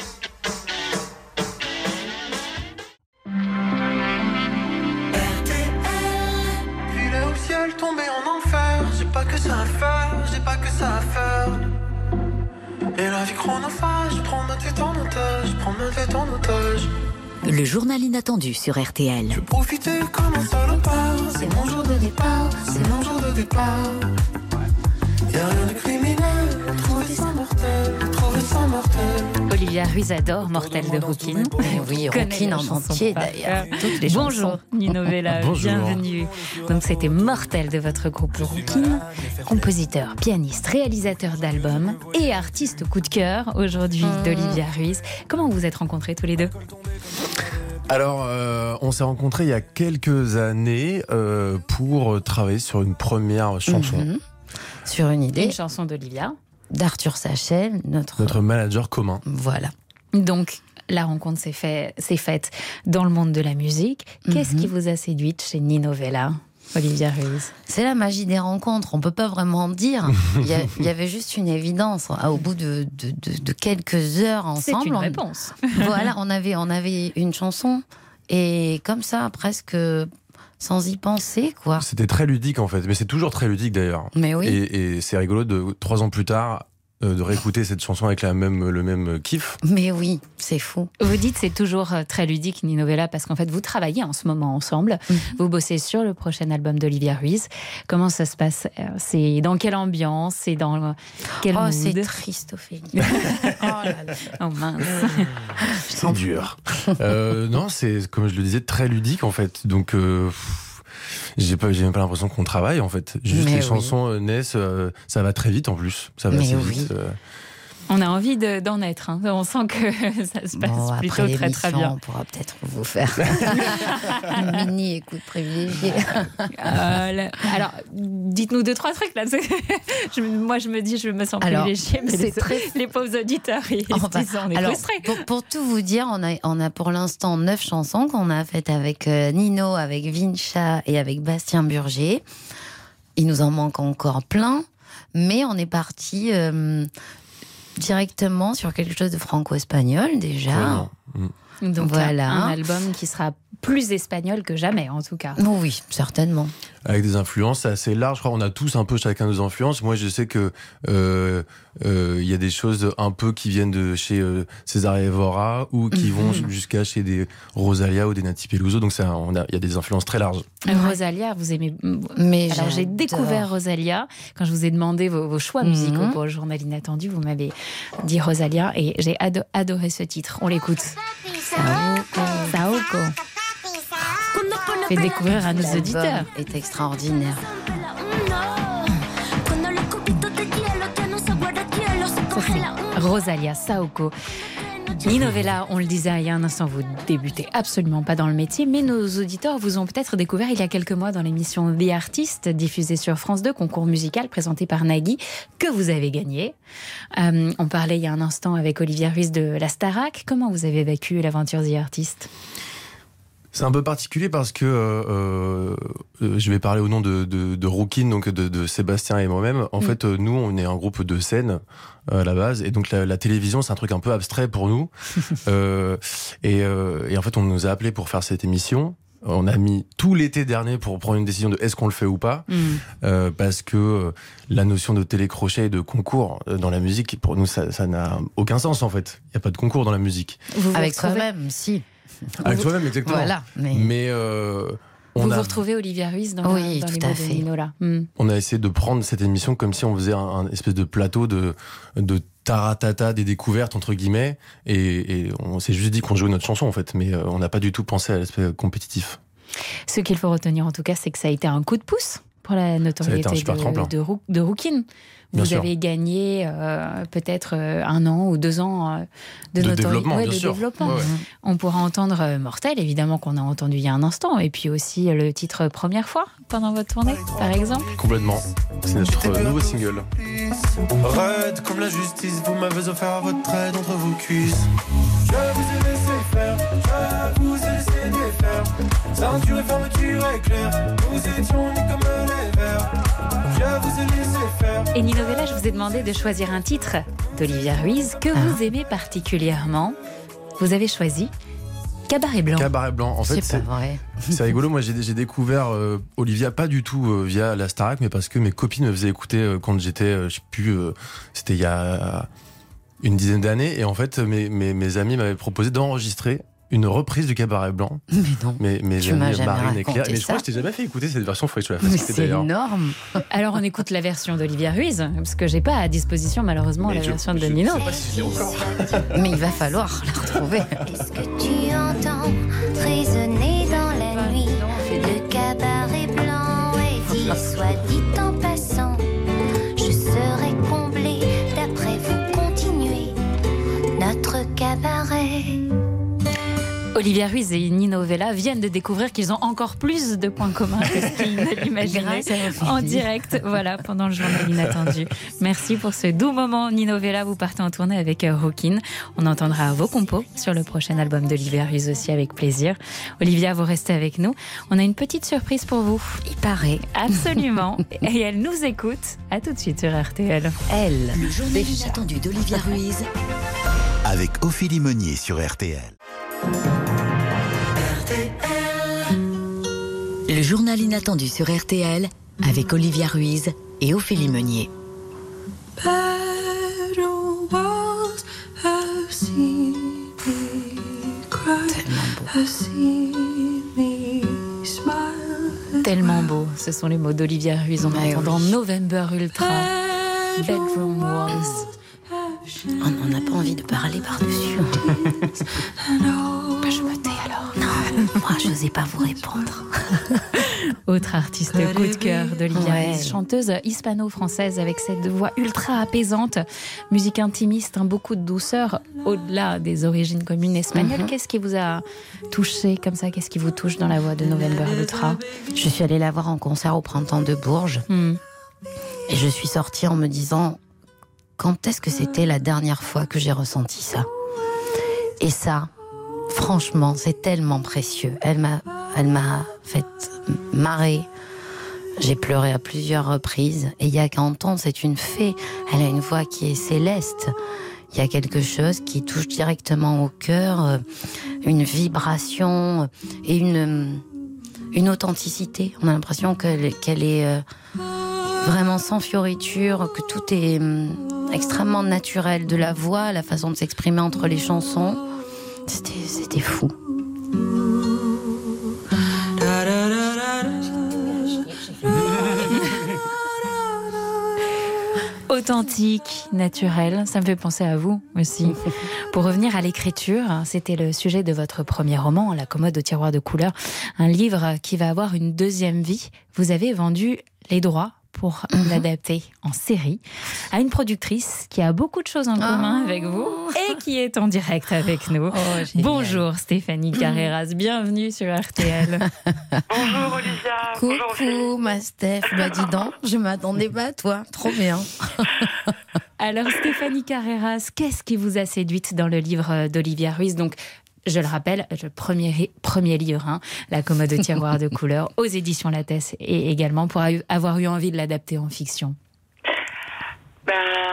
U: Tomber en enfer, j'ai pas que ça à faire, j'ai pas que ça à faire. Et la vie chronophage, prends ma tête en otage, prends ma tête en otage.
B: Le journal inattendu sur R T L.
U: Je profitais comme un salopard. C'est mon jour de départ, c'est mon jour de départ. Y'a rien de criminel, trouver ça mortel, trouver ça mortel.
D: Olivia Ruiz adore Mortel de Rookin.
C: Oui, Rookin en entier d'ailleurs. Toutes les
D: Bonjour Nino Vella,
C: Bonjour.
D: bienvenue. Donc c'était Mortel de votre groupe Rookin, compositeur, pianiste, réalisateur d'albums et artiste coup de cœur aujourd'hui mmh. d'Olivia Ruiz. Comment vous vous êtes rencontrés tous les deux ?
E: Alors, euh, on s'est rencontrés il y a quelques années euh, pour travailler sur une première chanson.
C: Mmh. Sur une idée.
D: Une chanson d'Olivia.
C: D'Arthur Sachel, notre...
E: Notre manager commun.
C: Voilà.
D: Donc, la rencontre s'est, fait, s'est faite dans le monde de la musique. Qu'est-ce mmh. qui vous a séduite chez Nino Vella, Olivia Ruiz ?
C: C'est la magie des rencontres, on peut pas vraiment dire. Il y, a, il y avait juste une évidence. Au bout de, de, de, de quelques heures ensemble...
D: C'est une
C: on,
D: réponse.
C: Voilà, on avait, on avait une chanson et comme ça, presque... sans y penser, quoi.
E: C'était très ludique, en fait. Mais c'est toujours très ludique, d'ailleurs.
C: Mais oui.
E: Et, et c'est rigolo, de trois ans plus tard, euh, de réécouter cette chanson avec la même, le même kiff.
C: Mais oui, c'est fou.
D: Vous dites c'est toujours très ludique, Nino Vella, parce qu'en fait, vous travaillez en ce moment ensemble. Mm-hmm. Vous bossez sur le prochain album d'Olivia Ruiz. Comment ça se passe ? C'est dans quelle ambiance ? C'est dans quel
C: oh,
D: mood ?
C: C'est triste, Ophélie. oh là là.
D: Oh mince.
E: C'est dur. euh, non, c'est, comme je le disais, très ludique, en fait. Donc... Euh, J'ai pas, j'ai même pas l'impression qu'on travaille en fait. Juste
C: Mais
E: les
C: oui.
E: chansons naissent, euh, ça va très vite en plus. Ça va
C: Mais
E: assez
C: oui.
E: vite. Euh...
D: On a envie de, d'en être. Hein. On sent que ça se passe
C: bon,
D: plutôt
C: après
D: très très bien.
C: On pourra peut-être vous faire une mini écoute privilégiée.
D: euh, là, alors, dites-nous deux trois trucs là. je, moi, je me dis, je me sens
C: alors,
D: privilégiée, mais
C: c'est
D: les,
C: très...
D: les pauvres auditeurs, ils
C: enfin,
D: se disent, on est
C: alors,
D: frustrés.
C: Pour, pour tout vous dire, on a, on a pour l'instant neuf chansons qu'on a faites avec euh, Nino, avec Vincha et avec Bastien Burger. Il nous en manque encore plein, mais on est parti euh, directement sur quelque chose de franco-espagnol déjà.
E: Mmh.
D: Donc
C: voilà.
D: un album qui sera plus espagnol que jamais, en tout cas.
C: Oui, certainement.
E: Avec des influences assez larges. Je crois qu'on a tous un peu chacun nos influences. Moi, je sais que euh, euh, y a des choses un peu qui viennent de chez euh, César Évora ou qui mm-hmm. vont jusqu'à chez des Rosalia ou des Nati Peluso. Donc, il y a des influences très larges.
D: Ouais. Rosalia, vous aimez...
C: Mais
D: alors, j'ai découvert Rosalia. Quand je vous ai demandé vos, vos choix musicaux mm-hmm. pour le journal inattendu, vous m'avez dit Rosalia et j'ai ado- adoré ce titre. On l'écoute. Saoko. Saoko. Fait découvrir à nos auditeurs.
C: Est extraordinaire.
D: Ça, c'est Rosalia, Saoko. Nino Vella, on le disait il y a un instant, vous débutez absolument pas dans le métier, mais nos auditeurs vous ont peut-être découvert il y a quelques mois dans l'émission The Artist, diffusée sur France deux, concours musical présenté par Nagui, que vous avez gagné. Euh, on parlait il y a un instant avec Olivia Ruiz de la Starac. Comment vous avez vécu l'aventure The Artist ?
E: C'est un peu particulier parce que euh, euh, je vais parler au nom de, de, de Rookin, donc de, de Sébastien et moi-même. En mmh. fait, euh, nous, on est un groupe de scène euh, à la base, et donc la, la télévision, c'est un truc un peu abstrait pour nous. euh, et, euh, et en fait, on nous a appelés pour faire cette émission. On a mis tout l'été dernier pour prendre une décision de est-ce qu'on le fait ou pas, mmh. euh, parce que euh, la notion de télécrochet et de concours euh, dans la musique, pour nous, ça, ça n'a aucun sens en fait. Il n'y a pas de concours dans la musique.
C: Vous Avec soi-même, si.
E: Avec soi-même, exactement.
C: Voilà, mais
E: mais euh, on
D: vous
E: a...
D: vous retrouvez Olivia Ruiz dans,
C: oui,
D: la, dans
C: tout
D: les
C: à
D: mots
C: fait.
D: de Nino là. Mm.
E: On a essayé de prendre cette émission comme si on faisait un, un espèce de plateau de, de taratata, des découvertes entre guillemets, et, et on s'est juste dit qu'on jouait notre chanson en fait, mais euh, on n'a pas du tout pensé à l'aspect compétitif.
D: Ce qu'il faut retenir en tout cas, c'est que ça a été un coup de pouce pour la notoriété de, de, Roo- de Rookin. Vous
E: bien
D: avez
E: sûr.
D: gagné euh, peut-être euh, un an ou deux ans euh, de,
E: de
D: notoriété.
E: développement.
D: Ouais,
E: bien
D: de
E: sûr.
D: développement.
E: Ouais, ouais.
D: On pourra entendre euh, Mortel, évidemment, qu'on a entendu il y a un instant, et puis aussi euh, le titre Première fois pendant votre tournée, par exemple.
E: Complètement. C'est notre euh, nouveau single.
U: Raide comme la justice, vous m'avez offert votre aide entre vos cuisses. Je vous ai laissé faire, je vous ai laissé défaire. Ceinture et fermeture éclair, nous étions unis comme les vers. Je vous ai laissé faire.
D: Et Nino Vella, je vous ai demandé de choisir un titre d'Olivia Ruiz que ah. vous aimez particulièrement. Vous avez choisi Cabaret Blanc.
E: Cabaret Blanc. En fait,
C: c'est,
E: c'est,
C: pas vrai.
E: c'est rigolo. Moi, j'ai, j'ai découvert euh, Olivia pas du tout euh, via la Starac, mais parce que mes copines me faisaient écouter euh, quand j'étais, euh, je sais plus, euh, c'était il y a une dizaine d'années. Et en fait, mes, mes, mes amis m'avaient proposé d'enregistrer une reprise du Cabaret Blanc.
C: Mais non.
E: Mais, mais
C: tu m'as jamais
E: Marine et Claire.
C: raconté
E: Mais je crois
C: ça.
E: que je t'ai jamais fait écouter cette version. Faut que je la
C: Mais
E: fasse écouter,
C: c'est
E: d'ailleurs.
C: énorme.
D: Alors on écoute la version d'Olivia Ruiz, parce que j'ai pas à disposition malheureusement
E: Mais
D: la
E: je-
D: version de
E: je-
D: Nino.
E: Je sais pas si j'ai encore.
C: Mais il va falloir la retrouver.
Q: Est-ce que tu entends résonner dans la nuit le cabaret blanc et dit, soit dit en passant, je serai comblée d'après vous continuer notre cabaret.
D: Olivia Ruiz et Nino Vella viennent de découvrir qu'ils ont encore plus de points communs que ce qu'ils ne l'imaginaient
C: Grâce à Ophélie.
D: en direct, voilà, pendant le journal inattendu. Merci pour ce doux moment. Nino Vella, vous partez en tournée avec euh, Rockin. On entendra vos compos sur le prochain album d'Olivia Ruiz aussi avec plaisir. Olivia, vous restez avec nous. On a une petite surprise pour vous.
C: Il paraît.
D: Absolument. Et elle nous écoute. À tout de suite sur R T L.
C: Elle.
B: Le journal inattendu d'Olivia Ruiz
A: Avec Ophélie Meunier sur R T L.
B: Le journal inattendu sur R T L avec Olivia Ruiz et Ophélie Meunier.
K: Better walls have seen me cry, have seen me smile.
D: Tellement beau. Ce sont les mots d'Olivia Ruiz. On
C: Ouais,
D: entend dans
C: oui.
D: November Ultra. Bedroom Walls.
C: On n'a pas envie de parler par-dessus.
D: Bah, je me tais alors.
C: Non, moi, je n'osais pas vous répondre.
D: Autre artiste coup de cœur d'Olivia
C: Ouais.
D: Ruiz, chanteuse hispano-française avec cette voix ultra apaisante, musique intimiste, hein, beaucoup de douceur, au-delà des origines communes espagnoles.
C: Mhm.
D: Qu'est-ce qui vous a touché comme ça? Qu'est-ce qui vous touche dans la voix de November Ultra?
C: Je suis allée la voir en concert au Printemps de Bourges.
D: Hmm.
C: Et je suis sortie en me disant, quand est-ce que c'était la dernière fois que j'ai ressenti ça? Et ça, franchement, c'est tellement précieux. Elle m'a, elle m'a fait marrer. J'ai pleuré à plusieurs reprises. Et il y a qu'à entendre, c'est une fée. Elle a une voix qui est céleste. Il y a quelque chose qui touche directement au cœur, euh, une vibration et une, une authenticité. On a l'impression qu'elle, qu'elle est euh, vraiment sans fioriture, que tout est hum, extrêmement naturel, de la voix, la façon de s'exprimer entre les chansons. C'était, c'était fou.
D: Authentique, naturel, ça me fait penser à vous aussi. Pour revenir à l'écriture, c'était le sujet de votre premier roman, La commode au tiroir de couleurs, un livre qui va avoir une deuxième vie. Vous avez vendu les droits pour l'adapter en série à une productrice qui a beaucoup de choses en commun avec vous et qui est en direct avec nous.
C: Oh,
D: Bonjour Stéphanie Carreras, bienvenue sur R T L.
G: Bonjour Olivia. Bonjour
C: Coucou ma Steph, bah dis donc, je m'attendais pas à toi, trop bien.
D: Alors Stéphanie Carreras, qu'est-ce qui vous a séduite dans le livre d'Olivia Ruiz? Donc, je le rappelle, le premier, premier livre, hein, La commode au tiroir de couleurs, aux éditions Lattès, et également pour avoir eu envie de l'adapter en fiction.
G: Ben,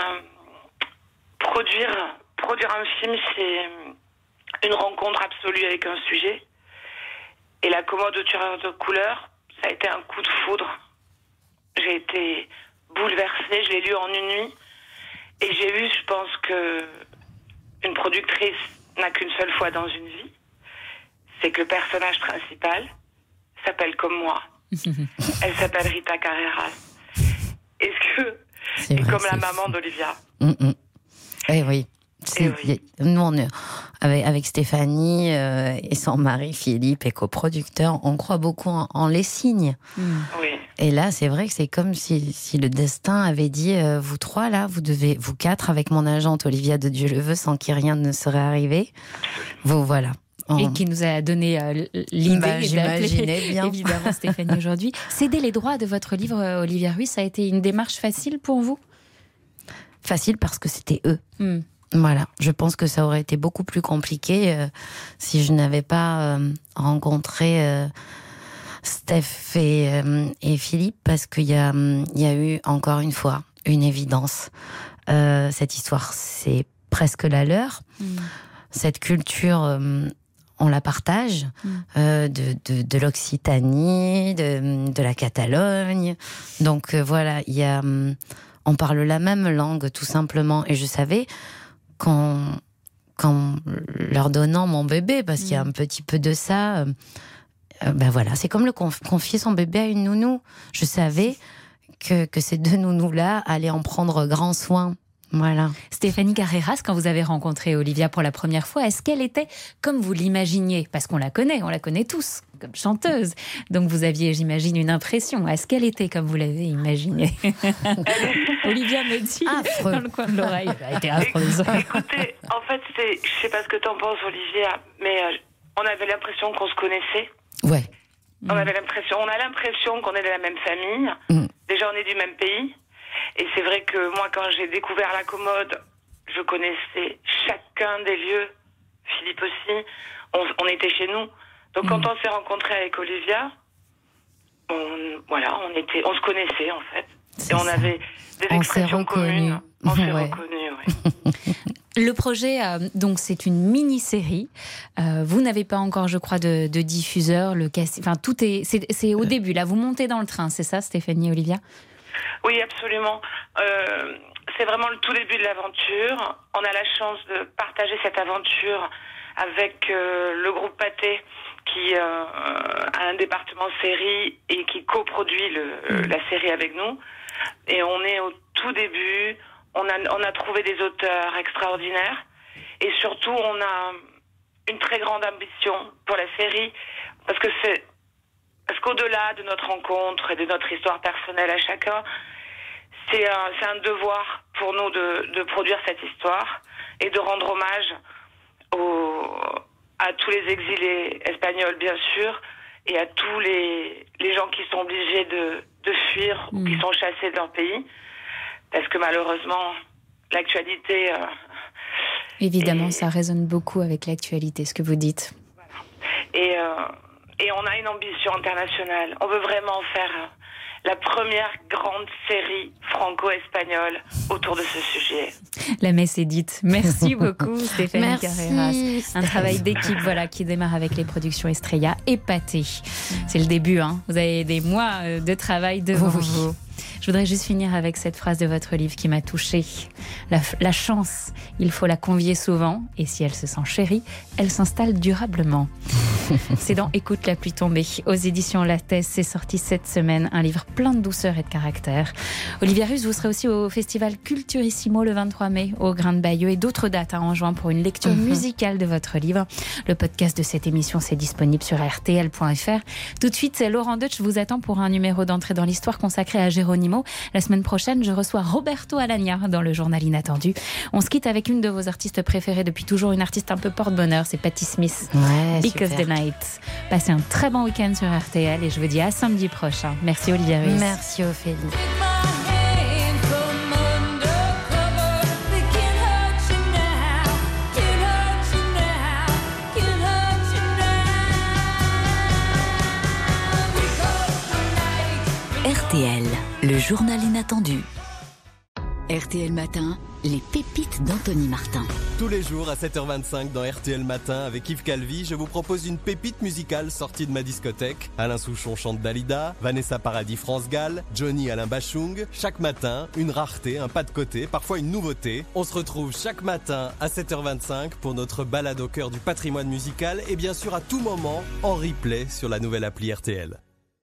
G: produire, produire un film, c'est une rencontre absolue avec un sujet. Et La commode au tiroir de couleurs, ça a été un coup de foudre. J'ai été bouleversée, je l'ai lu en une nuit. Et j'ai vu, je pense que une productrice n'a qu'une seule fois dans une vie, c'est que le personnage principal s'appelle comme moi. Elle s'appelle Rita Carreras. Est-ce que
C: C'est
G: et
C: vrai,
G: comme la
C: c'est
G: maman d'Olivia.
C: Mm, mm. Eh oui.
G: Eh
C: C'est- Nous, on est- avec, avec Stéphanie euh, et son mari Philippe, et coproducteur, on croit beaucoup en, en les signes.
G: Oui.
C: Et là, c'est vrai que c'est comme si, si le destin avait dit, euh, vous trois, là, vous devez, vous quatre, avec mon agente Olivia de Dieu le veut, sans qui rien ne serait arrivé. Vous voilà. En-
D: Et qui nous a donné euh, l'idée
C: Bah, j'imaginais
D: d'appeler
C: bien.
D: évidemment Stéphanie aujourd'hui. Céder les droits de votre livre, euh, Olivia Ruiz, ça a été une démarche facile pour vous?
C: Facile parce que c'était eux.
D: Hmm.
C: Voilà, je pense que ça aurait été beaucoup plus compliqué euh, si je n'avais pas euh, rencontré euh, Steph et, euh, et Philippe, parce qu'il y a, il y a eu encore une fois une évidence. Euh, cette histoire, c'est presque la leur.
D: Mm.
C: Cette culture, euh, on la partage,
D: Mm.
C: euh, de, de, de l'Occitanie, de, de la Catalogne. Donc euh, voilà, il y a, hum, on parle la même langue tout simplement. Et je savais qu'on qu'en leur donnant mon bébé, parce qu'il y a un petit peu de ça. Euh, euh, ben voilà, c'est comme le conf- confier son bébé à une nounou. Je savais que, que ces deux nounous-là allaient en prendre grand soin. Voilà.
D: Stéphanie Carreras, quand vous avez rencontré Olivia pour la première fois, est-ce qu'elle était comme vous l'imaginiez? Parce qu'on la connaît, on la connaît tous, comme chanteuse. Donc vous aviez, j'imagine, une impression. Est-ce qu'elle était comme vous l'avez imaginé? Olivia me dit
C: Affreux.
D: dans le coin de l'oreille. Elle a été affreuse.
G: Écoutez, en fait, c'est, je sais pas ce que t'en penses, Olivia, mais euh, on avait l'impression qu'on se connaissait.
C: Ouais.
G: On avait l'impression, on a l'impression qu'on est de la même famille.
C: Mm.
G: Déjà, on est du même pays. Et c'est vrai que moi, quand j'ai découvert la commode, je connaissais chacun des lieux. Philippe aussi. On, on était chez nous. Donc, mmh. quand on s'est rencontrés avec Olivia, on, voilà, on était, on se connaissait en fait.
C: C'est
G: et on
C: ça.
G: avait des
C: On
G: expressions
C: s'est reconnus.
G: communes. On s'est
C: Ouais.
G: reconnus, oui.
D: Le projet, euh, donc, c'est une mini-série. Euh, vous n'avez pas encore, je crois, de, de diffuseur. Le cast... Enfin, tout est, c'est, c'est au début. Là, vous montez dans le train, c'est ça, Stéphanie, Olivia?
G: Oui, absolument. Euh, c'est vraiment le tout début de l'aventure. On a la chance de partager cette aventure avec euh, le groupe Pathé, qui euh, a un département série et qui coproduit le, la série avec nous. Et on est au tout début. On a, on a trouvé des auteurs extraordinaires. Et surtout, on a une très grande ambition pour la série, parce que c'est Parce qu'au-delà de notre rencontre et de notre histoire personnelle à chacun, c'est un, c'est un devoir pour nous de, de produire cette histoire et de rendre hommage aux, à tous les exilés espagnols, bien sûr, et à tous les, les gens qui sont obligés de, de fuir mmh. ou qui sont chassés de leur pays. Parce que malheureusement, l'actualité... Euh,
D: Évidemment, est... ça résonne beaucoup avec l'actualité, ce que vous dites.
G: Voilà. Et... Euh, Et on a une ambition internationale. On veut vraiment faire la première grande série franco-espagnole autour de ce sujet.
D: La messe est dite. Merci beaucoup, Stéphanie
C: Merci,
D: Carreras. Un travail d'équipe, voilà, qui démarre avec les productions Estrella et Pathé. C'est le début, hein. Vous avez des mois de travail devant
C: oui.
D: vous. Je voudrais juste finir avec cette phrase de votre livre qui m'a touchée. La, la chance, il faut la convier souvent, et si elle se sent chérie, elle s'installe durablement. C'est dans Écoute la pluie tombée, aux éditions Lattès. C'est sorti cette semaine, un livre plein de douceur et de caractère. Olivia Russe, vous serez aussi au festival Culturissimo le vingt-trois mai, au Grain de Bayeux, et d'autres dates hein, en juin pour une lecture mm-hmm. musicale de votre livre. Le podcast de cette émission, c'est disponible sur r t l point f r. Tout de suite, Laurent Deutsch vous attend pour un numéro d'entrée dans l'histoire consacré à Geronimo. La semaine prochaine, je reçois Roberto Alagna dans le journal Inattendu. On se quitte avec une de vos artistes préférées depuis toujours, une artiste un peu porte-bonheur, c'est Patti Smith.
C: Ouais,
D: Because
C: super.
D: the Night. Passez un très bon week-end sur R T L et je vous dis à samedi prochain. Merci Olivia Ruiz.
C: Merci Ophélie.
B: R T L, le journal inattendu. R T L Matin, les pépites d'Anthony Martin.
F: Tous les jours à sept heures vingt-cinq dans R T L Matin avec Yves Calvi, je vous propose une pépite musicale sortie de ma discothèque. Alain Souchon chante Dalida, Vanessa Paradis France Gall, Johnny Alain Bachung. Chaque matin, une rareté, un pas de côté, parfois une nouveauté. On se retrouve chaque matin à sept heures vingt-cinq pour notre balade au cœur du patrimoine musical et bien sûr à tout moment en replay sur la nouvelle appli R T L.